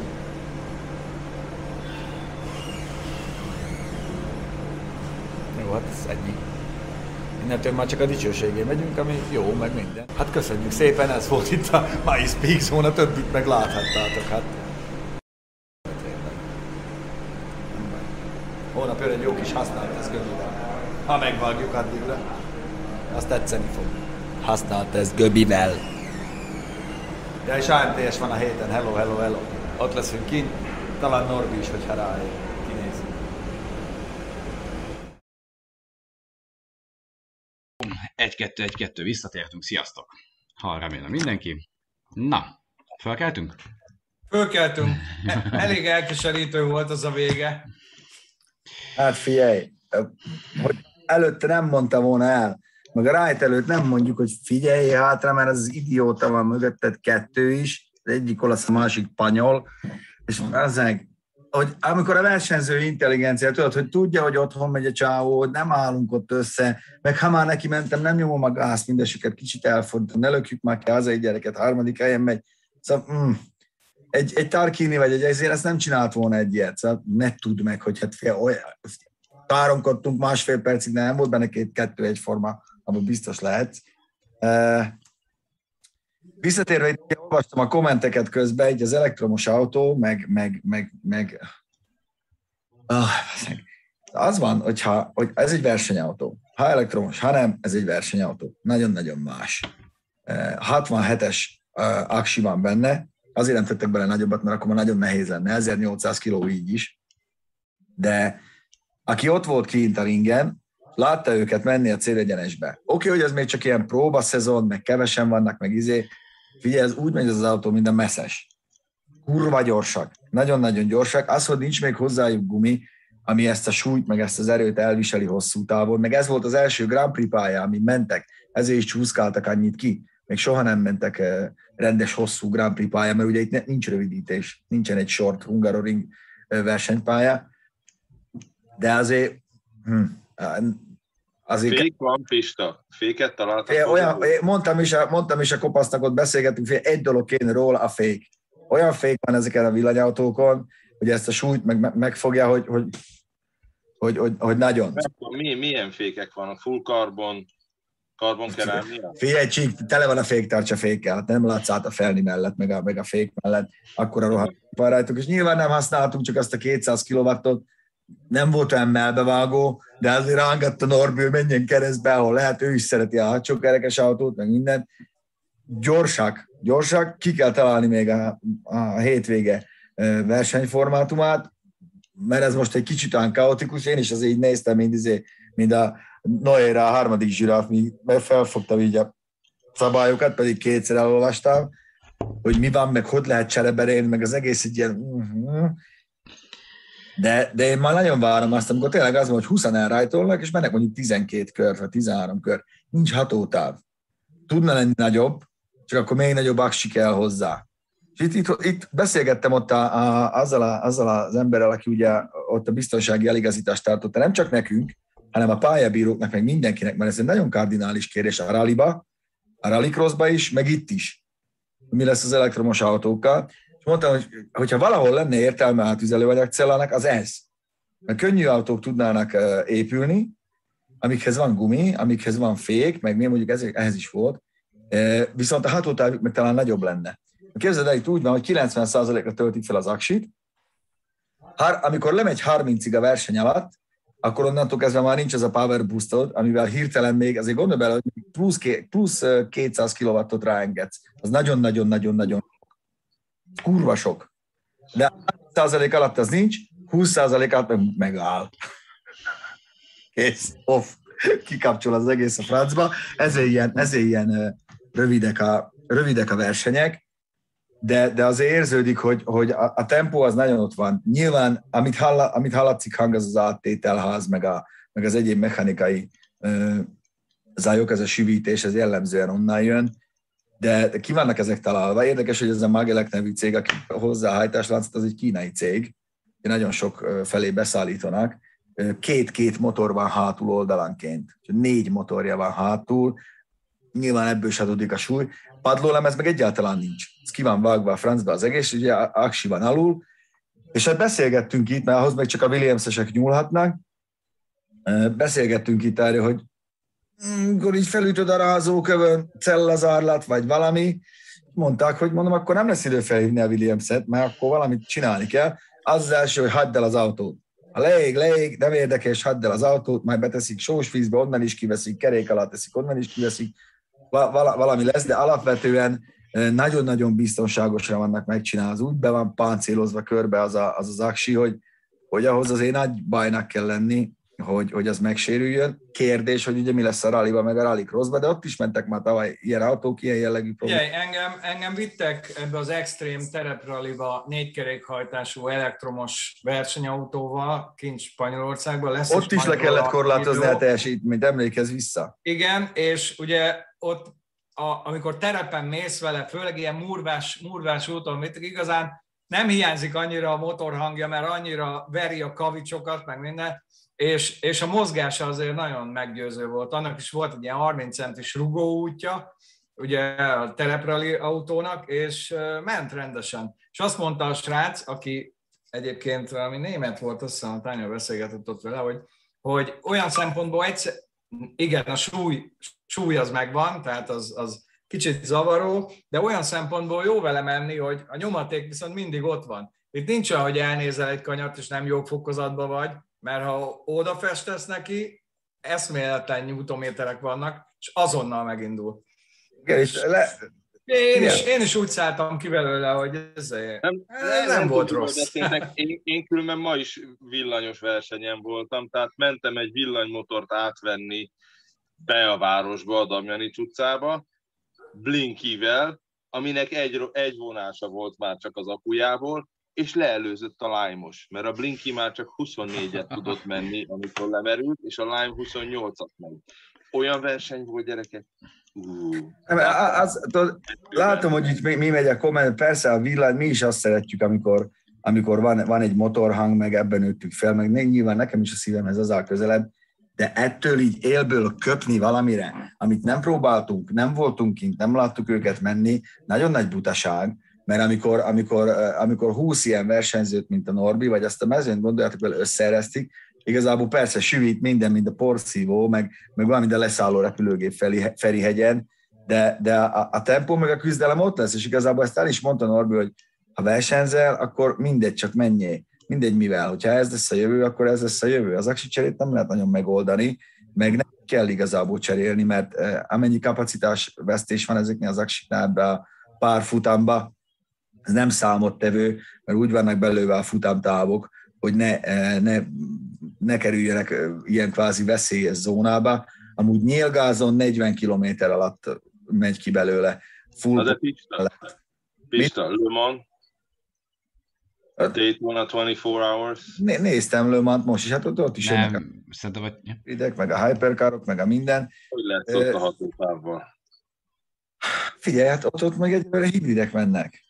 Jó, hát ez ennyi. Innentől már csak a dicsőségé megyünk, ami jó, meg minden. Hát köszönjük szépen, ez volt itt a mai Speak Zone, a többit meg láthattátok, hát. Holnap jön egy jó kis használt ez göbivel. Ha megvágjuk addigra, azt tetszeni fog. Használt ez göbivel. Ja, és AMTS van a héten, hello. Ott leszünk kint, talán Norbi is, hogyha ráér. Kinézzük. 1-2-1-2, visszatértünk, sziasztok! Remélem mindenki. Na, fölkeltünk? Fölkeltünk. Elég elkeserítő volt az a vége. Hát figyelj, hogy előtte nem mondtam volna el, meg a rájt előtt nem mondjuk, hogy figyelj hátra, mert az idióta van mögötted 2 is, az egyik olasz, a másik spanyol, és aztán, hogy amikor a versenyző intelligencia, tudod, hogy tudja, hogy otthon megy a csávó, hogy nem állunk ott össze, meg ha már neki mentem, nem nyomom a gázt, mindesüket kicsit elfordítom, ne lökjük már ki, az egy gyereket, 3. helyen megy. Szóval, egy Tarquini vagy egy ezért ezt nem csinált volna egy ilyet, szóval ne tudd meg, hogy hát káromkodtunk 1,5 percig, de nem volt benne 2 egyforma, abban biztos lehet. Visszatérve, itt olvastam a kommenteket közben, így az elektromos autó, meg az van, hogy ez egy versenyautó. Ha elektromos, ha nem, ez egy versenyautó. Nagyon-nagyon más. 67-es aksi van benne, azért nem tettek bele nagyobbat, mert akkor már nagyon nehéz lenne, 1800 kiló így is. De aki ott volt kint a ringen, látta őket menni a célegyenesbe. Oké, hogy ez még csak ilyen próbaszezon, meg kevesen vannak, meg figyelj, ez úgy megy az autó, mint a messzes. Kurva gyorsak, nagyon-nagyon gyorsak. Az, hogy nincs még hozzájuk gumi, ami ezt a súlyt, meg ezt az erőt elviseli hosszú távon, meg ez volt az első Grand Prix pálya, amin mentek, ezért is csúszkáltak annyit ki. Még soha nem mentek rendes, hosszú Grand Prix pálya, mert ugye itt nincs rövidítés, nincsen egy short Hungaroring versenypálya, de azért Fék van, Pista? Féket találtak? Mondtam is a kopasznak, ott beszélgettünk, egy dolog kéne róla, a fék. Olyan fék van ezeken a villanyautókon, hogy ezt a súlyt megfogja, hogy nagyon. Milyen fékek vannak? Full karbonkerámia? Figyelj, Csík, tele van a féktartsa fékkel, hát nem látsz át a felni mellett, meg a fék mellett, akkor a rohadt van rajtuk, és nyilván nem használhatunk csak azt a 200 kW-ot, nem volt olyan mellbevágó, de azért rángatta Norbi, hogy menjen keresztbe, ahol lehet, ő is szereti a hátsókerekes autót, meg mindent. Gyorsak, ki kell találni még a hétvége versenyformátumát, mert ez most egy kicsit olyan kaotikus, én is azért így néztem, mint a Noéra, a harmadik zsiráf, mert felfogtam így a szabályokat, pedig kétszer elolvastam, hogy mi van, meg hogy lehet csereberélni, meg az egész egy ilyen... De én már nagyon várom azt, amikor tényleg az van, hogy 20-an elrajtolnak, és mennek mondjuk 12 kör, vagy 13 kör. Nincs hatótáv. Tudna lenni nagyobb, csak akkor még nagyobb aksi kell hozzá. És itt beszélgettem ott azzal az emberrel, aki ugye ott a biztonsági eligazítást tartotta, nem csak nekünk, hanem a pályabíróknak, meg mindenkinek, mert ez egy nagyon kardinális kérdés a rallyba, a rallycrossba is, meg itt is. Mi lesz az elektromos autókkal? És mondtam, hogy ha valahol lenne értelme a tüzelőanyagcellának, az ez. Mert könnyű autók tudnának épülni, amikhez van gumi, amikhez van fék, meg mi mondjuk ehhez is volt, viszont a hatótávjuk meg talán nagyobb lenne. Képzeld el, itt úgy van, hogy 90%-ra töltik fel az aksit, amikor lemegy 30-ig a verseny alatt, akkor onnantól kezdve már nincs az a power boostod, amivel hirtelen még, azért gondolj bele, hogy plusz 200 kW-ot ráengedsz. Az nagyon-nagyon-nagyon-nagyon kurva sok. De 20% alatt az nincs, 20% alatt megáll. Kész, off. Kikapcsol az egész a francba. Ezért ilyen rövidek a versenyek, de azért érződik, hogy a tempó az nagyon ott van. Nyilván, amit hallatszik hang, az áttételház, meg az egyéb mechanikai zajok, ez a süvítés, ez jellemzően onnan jön, de ki vannak ezek találva. Érdekes, hogy ez a Magelec nevű cég, aki hozzá a hajtásláncot, az egy kínai cég, nagyon sok felé beszállítanak. Két motor van hátul oldalanként, 4 motorja van hátul, nyilván ebből is adódik a súly. Padlólemez meg egyáltalán nincs. Ez ki van vágva a francba az egész, ugye aksi van alul, és hát beszélgettünk itt, mert ahhoz meg csak a Williams-esek nyúlhatnak, beszélgettünk itt erről, hogy amikor így felütöd a rázókövön, cellazárlat, vagy valami, mondták, hogy mondom, akkor nem lesz idő felhívni a Williams-et, mert akkor valamit csinálni kell. Az első, hogy hagyd el az autót. Ha leég, nem érdekes, hagyd el az autót, majd beteszik sós vízbe, onnan is kiveszik, kerék alá teszik, onnan is kiveszik, valami lesz, de alapvetően nagyon-nagyon biztonságosan vannak megcsinálva. Az úgy be van páncélozva körbe az aksi, hogy ahhoz azért nagy bajnak kell lenni, hogy az megsérüljön. Kérdés, hogy ugye mi lesz a rallyba, meg a rallycrossba, de ott is mentek már tavaly ilyen autók, ilyen jellegű problémák. Engem vittek ebbe az extrém tereprallyba 4 kerékhajtású elektromos versenyautóval kint Spanyolországban. Ott is le kellett korlátozni a teljesítményt, emlékezz vissza. Igen, és ugye ott, amikor terepen mész vele, főleg ilyen murvás úton, igazán nem hiányzik annyira a motorhangja, mert annyira veri a kavicsokat, meg minden, és a mozgása azért nagyon meggyőző volt. Annak is volt egy ilyen 30 centis rugóútja, ugye a tereprali autónak, és ment rendesen. És azt mondta a srác, aki egyébként valami német volt, azt hiszem, a Tánya beszélgetett ott vele, hogy olyan szempontból igen, a súly az megvan, tehát az kicsit zavaró, de olyan szempontból jó vele menni, hogy a nyomaték viszont mindig ott van. Itt nincs olyan, hogy elnézel egy kanyart, és nem jogfokozatban vagy, mert ha odafestesz neki, eszméletlen newtonméterek vannak, és azonnal megindul. Igen, és Én is úgy szálltam ki belőle, hogy ez nem volt rossz. Én különben ma is villanyos versenyen voltam, tehát mentem egy villanymotort átvenni be a városba, a Damjanics utcába, Blinkivel, aminek egy vonása volt már csak az akujából, és leelőzött a Lime-os, mert a Blinky már csak 24-et tudott menni, amikor lemerült, és a Lime 28-at megy. Olyan verseny volt, gyerekek. Látom, hogy itt mi megy a komment, persze a villany, mi is azt szeretjük, amikor van egy motorhang, meg ebben nőttük fel, meg nyilván nekem is a szívemhez az áll közelebb, de ettől így élből köpni valamire, amit nem próbáltunk, nem voltunk kint, nem láttuk őket menni, nagyon nagy butaság, mert amikor 20 ilyen versenyzőt, mint a Norbi, vagy azt a mezőnyt gondoljátok vele összeeresztik, igazából persze süvít minden, mint a porszívó, meg valami, de leszálló repülőgép Ferihegyen, de a tempó meg a küzdelem ott lesz, és igazából ezt el is mondta Norbi, hogy ha versenyzel, akkor mindegy, csak menjél. Mindegy mivel. Hogyha ez lesz a jövő, akkor ez lesz a jövő. Az aksi cserét nem lehet nagyon megoldani, meg nem kell igazából cserélni, mert amennyi kapacitás vesztés van ezeknél az aksiknál ebbe a pár futamba, ez nem számottevő, mert úgy vannak belőle a futamtávok, hogy ne kerüljenek ilyen kvázi veszélyes zónába. Amúgy nyílgázon 40 km alatt megy ki belőle. Full de Pista, Le Mans, a Daytona 24 Hours. Néztem Le Mans most is, hát ott is jönnek a hibridek, meg a hypercarok, meg a minden. Hogy lehet ott a hatótávban? Figyelj, hát ott meg egyelőre hibridek mennek.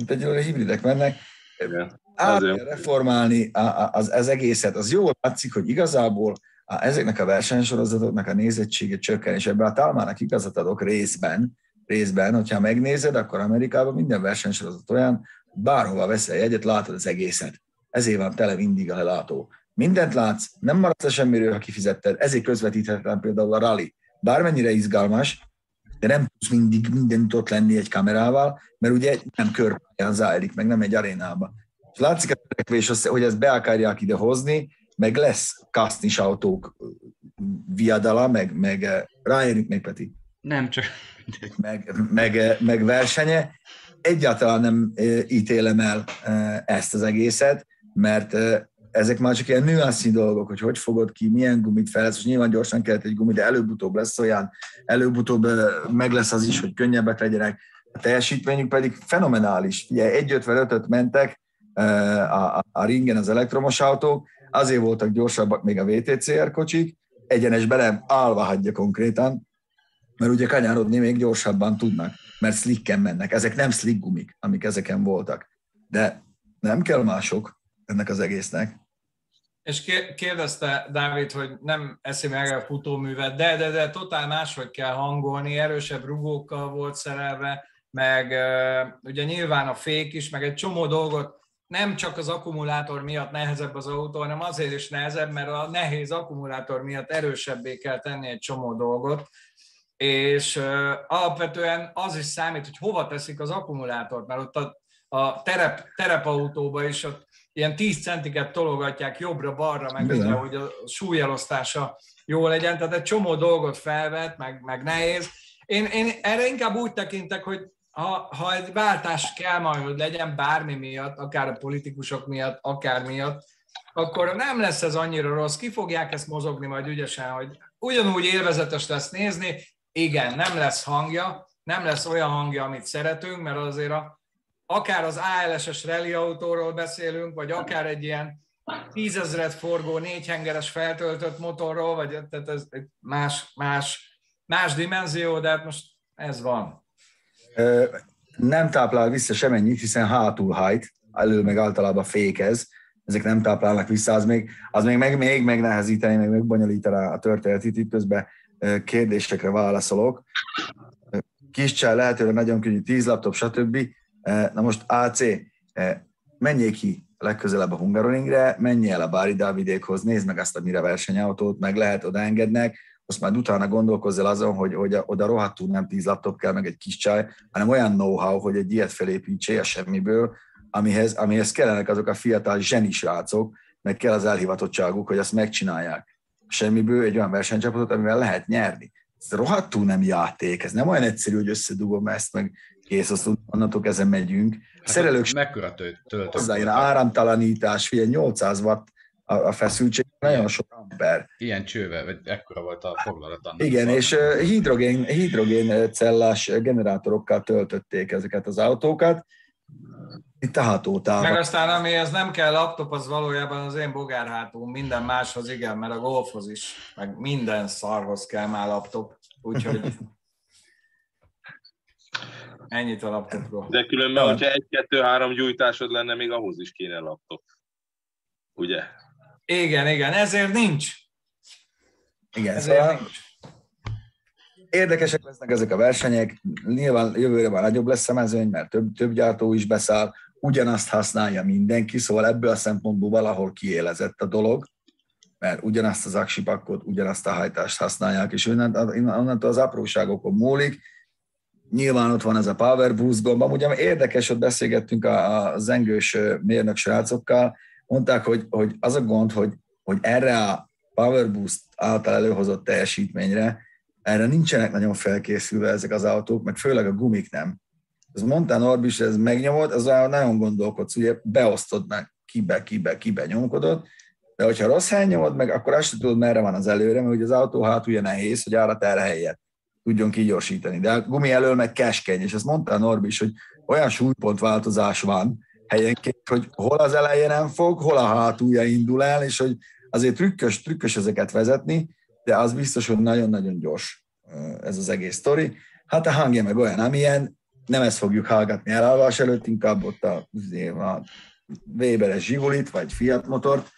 Igen. Át kell reformálni az egészet. Az jól látszik, hogy igazából ezeknek a versenysorozatoknak a nézettsége csökken, és ebben a Talmának igazat adok részben, hogyha megnézed, akkor Amerikában minden versenysorozat olyan, bárhova veszel jegyet, látod az egészet. Ezért van tele mindig a lelátó. Mindent látsz, nem maradsz a semmiről, ha kifizetted, ezért közvetíthetetlen például a rally. Bármennyire izgalmas, de nem tudsz mindig mindent ott lenni egy kamerával, mert ugye nem körpályán zajlik, meg nem egy arénába. És látszik a törekvés, hogy ezt be akarják ide hozni, meg lesz kasznis autók viadala, meg ráérünk még, Peti? Nem, csak... meg versenye. Egyáltalán nem ítélem el ezt az egészet, mert ezek már csak ilyen nüansznyi dolgok, hogy fogod ki, milyen gumit felesz, és nyilván gyorsan kellett egy gumi, de előbb-utóbb lesz olyan, előbb-utóbb meg lesz az is, hogy könnyebbek legyenek. A teljesítményük pedig fenomenális. Ugye 1.55-öt mentek a ringen az elektromos autók, azért voltak gyorsabbak még a VTCR kocsik, egyenesbe nem állva hagyja konkrétan, mert ugye kanyarodni még gyorsabban tudnak, mert slicken mennek. Ezek nem slick gumik, amik ezeken voltak. De nem kell mások ennek az egésznek. És kérdezte Dávid, hogy nem eszi meg a futóművet, de totál máshogy kell hangolni, erősebb rugókkal volt szerelve, meg ugye nyilván a fék is, meg egy csomó dolgot, nem csak az akkumulátor miatt nehezebb az autó, hanem azért is nehezebb, mert a nehéz akkumulátor miatt erősebbé kell tenni egy csomó dolgot, és alapvetően az is számít, hogy hova teszik az akkumulátort, mert ott a terepautóba is ott ilyen 10 centiket tologatják jobbra-balra, meg ugye, hogy a súlyelosztása jó legyen, tehát egy csomó dolgot felvet, meg nehéz. Én erre inkább úgy tekintek, hogy ha egy váltás kell majd, hogy legyen bármi miatt, akár a politikusok miatt, akár miatt, akkor nem lesz ez annyira rossz. Ki fogják ezt mozogni majd ügyesen, hogy ugyanúgy élvezetes lesz nézni, igen, nem lesz hangja, nem lesz olyan hangja, amit szeretünk, mert azért akár az ALS-es rally autóról beszélünk, vagy akár egy ilyen 10 000 forgó 4 hengeres feltöltött motorról, vagy tehát ez más dimenzió, de hát most ez van. Nem táplál vissza semennyit, hiszen hátul hajt, elő meg általában fékez, ezek nem táplálnak vissza, az még megnehezíteni, meg megbonyolítaná a történetet, itt közben kérdésekre válaszolok. Kis csaj lehetőleg nagyon könnyű, 10 laptop, stb. Na most AC, menjél ki legközelebb a Hungaroringre, menjél el a Bári Dávidékhoz, nézd meg azt a mire versenyautót, meg lehet, odaengednek, azt már utána gondolkozz el azon, hogy oda rohadtul nem 10 laptop kell, meg egy kis csaj, hanem olyan know-how, hogy egy ilyet felépítsél a semmiből, amihez kellenek azok a fiatal zsenisrácok, meg kell az elhivatottságuk, hogy azt megcsinálják. Semmiből egy olyan versenycsapatot, amivel lehet nyerni. Ez rohadtul nem játék, ez nem olyan egyszerű, hogy összedugom ezt, meg kész, azt onnantól ezen megyünk. Hát szerelők mekkora töltött? Hozzájön áramtalanítás, figyelj, 800 watt a feszültség, nagyon sok amper. Ilyen csővel, vagy ekkora volt a foglalat annak. Igen, és hidrogén cellás generátorokkal töltötték ezeket az autókat. Itt a hatótávon. Meg aztán, amihez nem kell laptop, az valójában az én bogárhátul, minden máshoz igen, mert a golfhoz is, meg minden szarhoz kell már laptop, úgyhogy ennyit a laptopról. De különben, hogyha 1-2-3 gyújtásod lenne, még ahhoz is kéne laptop. Ugye? Igen, ezért nincs. Igen, szóval érdekesek lesznek ezek a versenyek, nyilván jövőre már nagyobb lesz a mezőny, mert több gyártó is beszáll, ugyanazt használja mindenki, szóval ebből a szempontból valahol kiélezett a dolog, mert ugyanazt az aksipakot, ugyanazt a hajtást használják, és onnantól az apróságokon múlik. Nyilván ott van ez a Power Boost gomb, ugye érdekes, ott beszélgettünk a zengős mérnök srácokkal, mondták, hogy az a gond, hogy erre a Power Boost által előhozott teljesítményre, erre nincsenek nagyon felkészülve ezek az autók, meg főleg a gumik nem. Ez mondta Norbi is, ez megnyomod, az nagyon gondolkodsz, ugye beosztod meg, kibe nyomkodod, de hogyha rossz helyen nyomod meg, akkor azt sem tudod, merre van az előre, mert ugye az autó hátulja nehéz, hogy arra terhelje, tudjon kigyorsítani. De a gumi elől meg keskeny, és ezt mondta Norbi is, hogy olyan súlypontváltozás van helyenként, hogy hol az eleje nem fog, hol a hátulja indul el, és hogy azért trükkös ezeket vezetni, de az biztos, hogy nagyon-nagyon gyors ez az egész sztori. Hát a hangja meg olyan, amilyen, nem ezt fogjuk hallgatni elalvás előtt, inkább ott a Weberes Zsigulit, vagy Fiat motort,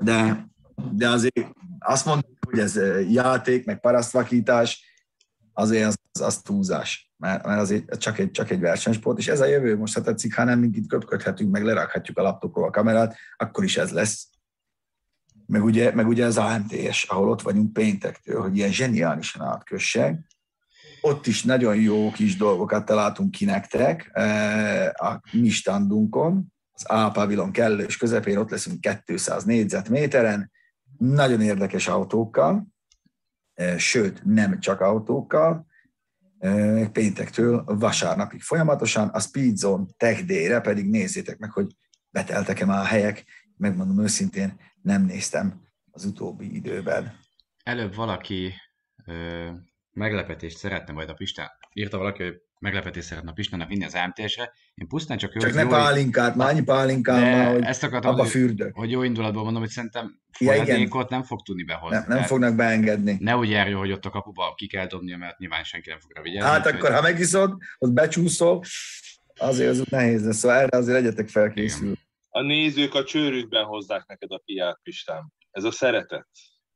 de azért azt mondjuk, hogy ez játék, meg parasztvakítás, azért az túlzás, mert azért csak egy versenysport, és ez a jövő, most ha tetszik, ha nem minket köpködhetünk, meg lerakhatjuk a laptopról a kamerát, akkor is ez lesz. Meg ugye az AMTS, ahol ott vagyunk péntektől, hogy ilyen zseniálisan átkössek. Ott is nagyon jó kis dolgokat találtunk ki nektek a mi standunkon, az A-pavilon kellős közepén, ott leszünk 200 négyzetméteren, nagyon érdekes autókkal, sőt, nem csak autókkal, péntektől vasárnapig folyamatosan, a Speed Zone Tech Day-re pedig nézzétek meg, hogy beteltek-e már a helyek, megmondom őszintén, nem néztem az utóbbi időben. Előbb valaki meglepetést szeretne majd a Pistán. Írta valaki, hogy meglepetést szeretne a Pistának vinni az AMTS-re. Én pusztán csak ne pálinkát, már annyi pálinkám már, hogy ezt akartam, abba fürdök. Hogy jó indulatban mondom, hogy szerintem folyadékot nem fog tudni behozni. Nem fognak beengedni. Ne úgy járjon, hogy ott a kapuba ki kell dobnia, mert nyilván senki nem fog rá vigyázni. Hát akkor, ha megiszod, ott becsúszol, azért az nehéz lesz. Szóval erre azért legyetek felkészül. A nézők a csőrükben hozzák neked a piát, Pistán. Ez a szeretet.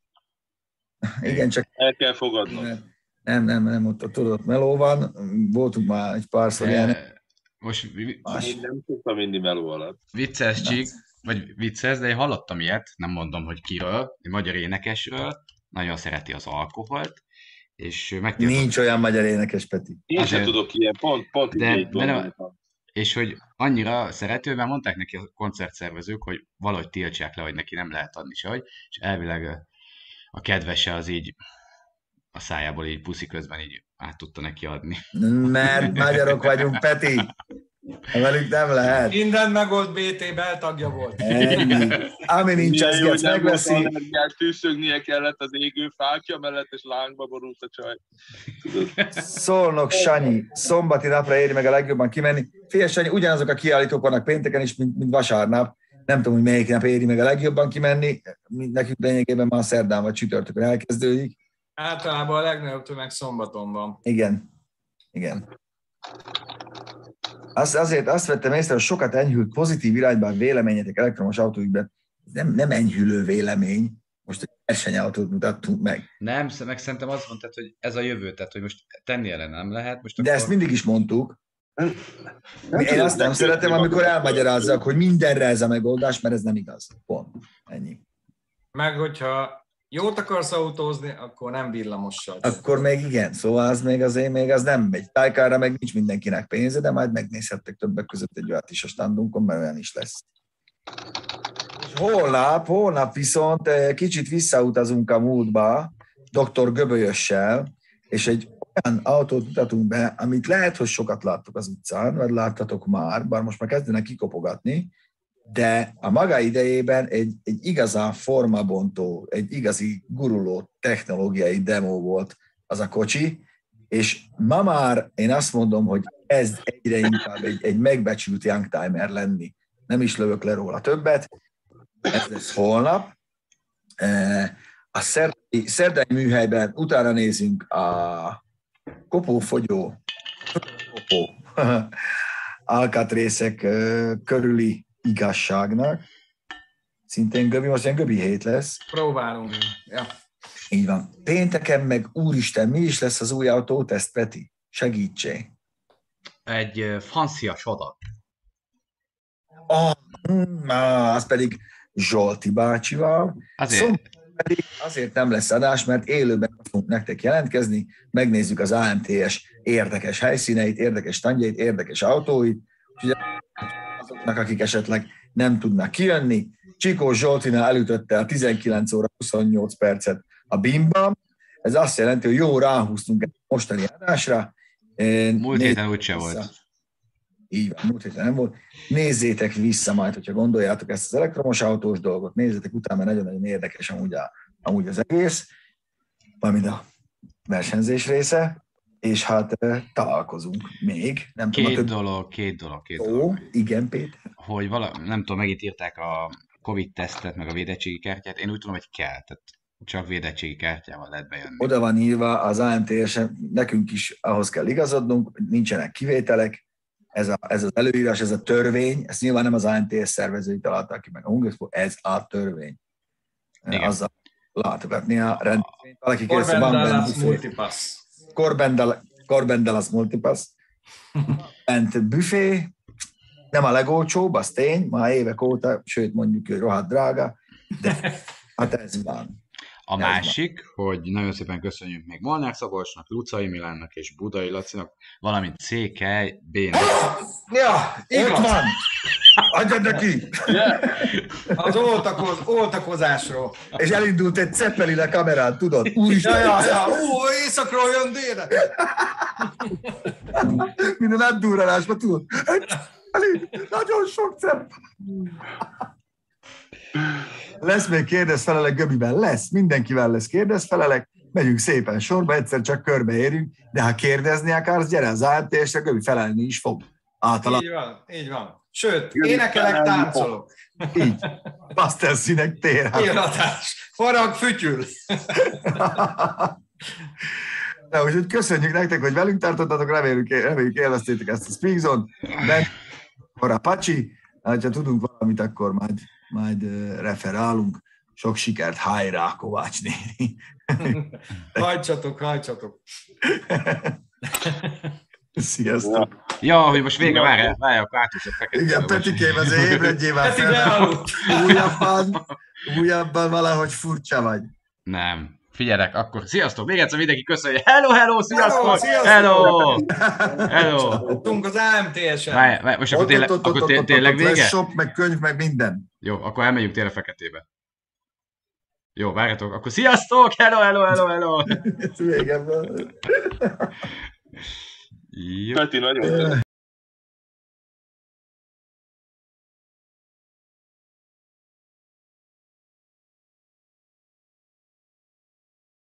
Igen, csak... El kell fogadnod. Nem, ott tudod, meló van. Voltunk már egy párszor ilyen. Most én nem tudtam mindig meló alatt. Vicces csík, vagy vicces, de én hallottam ilyet, nem mondom, hogy kiről, egy magyar énekesről, nagyon szereti az alkoholt, és nincs olyan magyar énekes, Peti. Én sem tudok ilyen, pont így és hogy annyira szeretőben mondták neki a koncertszervezők, hogy valahogy tiltsák le, hogy neki nem lehet adni sehogy, és elvileg a kedvese az így a szájából így puszi közben így át tudta neki adni. Mert magyarok vagyunk, Peti. Velük nem lehet. Minden megold, BT beltagja volt. Ennyi. Ami nincs, az gec megveszi. Tűzszögnie kellett az égő fákja mellett, és lángba borult a csaj. Szolnok Sanyi, szombati napra éri meg a legjobban kimenni. Figyelj, Sanyi, ugyanazok a kiállítók vannak pénteken is, mint vasárnap. Nem tudom, hogy melyik nap éri meg a legjobban kimenni. Nekünk lényegében már szerdán vagy csütörtökön elkezdődik. Általában a legnagyobb tömeg szombaton van. Igen. Azért azt vettem észre, hogy sokat enyhült pozitív irányban véleményetek elektromos autóikben. Nem enyhülő vélemény. Most egy versenyautót mutattunk meg. Nem, meg szerintem azt mondtad, hogy ez a jövő, tehát hogy most tenni ellen nem lehet. Most de ezt mindig is mondtuk. Én azt nem szeretem, amikor elmagyarázzak, hogy mindenre ez a megoldás, mert ez nem igaz. Pont. Ennyi. Meg hogyha jót akarsz autózni, akkor nem villamossal. Akkor még igen, szóval az még az nem megy. Tájkára meg nincs mindenkinek pénze, de majd megnézhettek többek között egy olyat is a standunkon, mert olyan is lesz. Holnap viszont kicsit visszautazunk a múltba, Dr. Göbölyössel, és egy olyan autót mutatunk be, amit lehet, hogy sokat láttok az utcán, vagy láttatok már, bár most már kezdenek kikopogatni, de a maga idejében egy igazán formabontó, egy igazi guruló technológiai demo volt az a kocsi, és ma már én azt mondom, hogy ez egyre inkább egy megbecsült youngtimer lenni. Nem is lövök le róla többet. Ez lesz holnap. A szerdai műhelyben utána nézünk a kopófogyó alkatrészek körüli igazságnak. Szintén Göbi, most ilyen Göbi hét lesz. Próbálunk. Ja. Így van. Pénteken meg, úristen, mi is lesz az új autóteszt, Peti? Segítsé. Egy francia sodat. Az pedig Zsolti bácsival. Azért nem lesz adás, mert élőben fogunk nektek jelentkezni, megnézzük az AMTS érdekes helyszíneit, érdekes standjait, érdekes autóit, úgyhogy azoknak, akik esetleg nem tudnak kijönni, Csikó Zsoltinál elütötte a 19 óra 28 percet a BIM-ban, ez azt jelenti, hogy jó ráhúztunk a mostani adásra. Múlt héten úgyse volt. Így van, múlt héten nem volt. Nézzétek vissza majd, hogyha gondoljátok ezt az elektromos autós dolgot, nézzétek utána, mert nagyon-nagyon érdekes amúgy az egész, valamint a versenyzés része, és hát találkozunk még. Nem két dolog. Igen, Péter. Hogy nem tudom, megint írták a Covid-tesztet, meg a védettségi kártyát, én úgy tudom, hogy kell, tehát csak védettségi kártyával lehet bejönni. Oda van írva az AMTS-en, nekünk is ahhoz kell igazodnunk, nincsenek kivételek, ez az előírás, ez a törvény, ezt nyilván nem az AMTS szervezői találták ki, meg a Hungersport, ez a törvény. Igen. Azzal látogatni a rendezvényt. Valaki Corbendalas Multipass. Corbendalas Multipass. Bent büfé, nem a legolcsóbb, az tény, már évek óta, sőt mondjuk, hogy rohadt drága, de hát ez van. A másik, hogy nagyon szépen köszönjük még Molnár Szabolcsnak, Lucai Milánnak és Budai Lacinak, valamint C.K. B-nek. Ja, ott van! Adjad neki! Yeah. Az oltakozásról. És elindult egy Zeppelin a kamerán, tudod? Úristen! Északról jön délre! Minden átdurralásban, tudod? Nagyon sok Zeppelin! Lesz még kérdezfelelek Göbiben? Lesz, mindenkivel lesz kérdezfelelek, megyünk szépen sorba, egyszer csak körbeérünk, de ha kérdezni akarsz, gyere az AMTS-re, Göbi felelni is fog. Így van. Sőt, énekelek, táncolok. Így. Pasztelszínek térház. Illatás. Farag, fütyül. De úgyhogy köszönjük nektek, hogy velünk tartottatok, reméljük élveztétek ezt a Speak Zone. De akkor a Pacsi, ha tudunk valamit, akkor majd referálunk. Sok sikert, hajrá, Kovács néni! Hajtsatok! Sziasztok! Ja, hogy most vége, várj, akkor átúszok fekete. Igen, Petikém, azért ébredjél már fel. Újabban valahogy furcsa vagy. Nem. Figyelek, akkor sziasztok! Még egyszer mindenki köszönjük. Hello, sziasztok! Hello! Tudunk az AMTS-en. Most akkor tényleg vége? Lesz shop, meg könyv, meg minden. Jó, akkor elmegyünk tényleg feketébe. Jó, várjatok, akkor sziasztok! Hello! Vége van. Peti, nagyon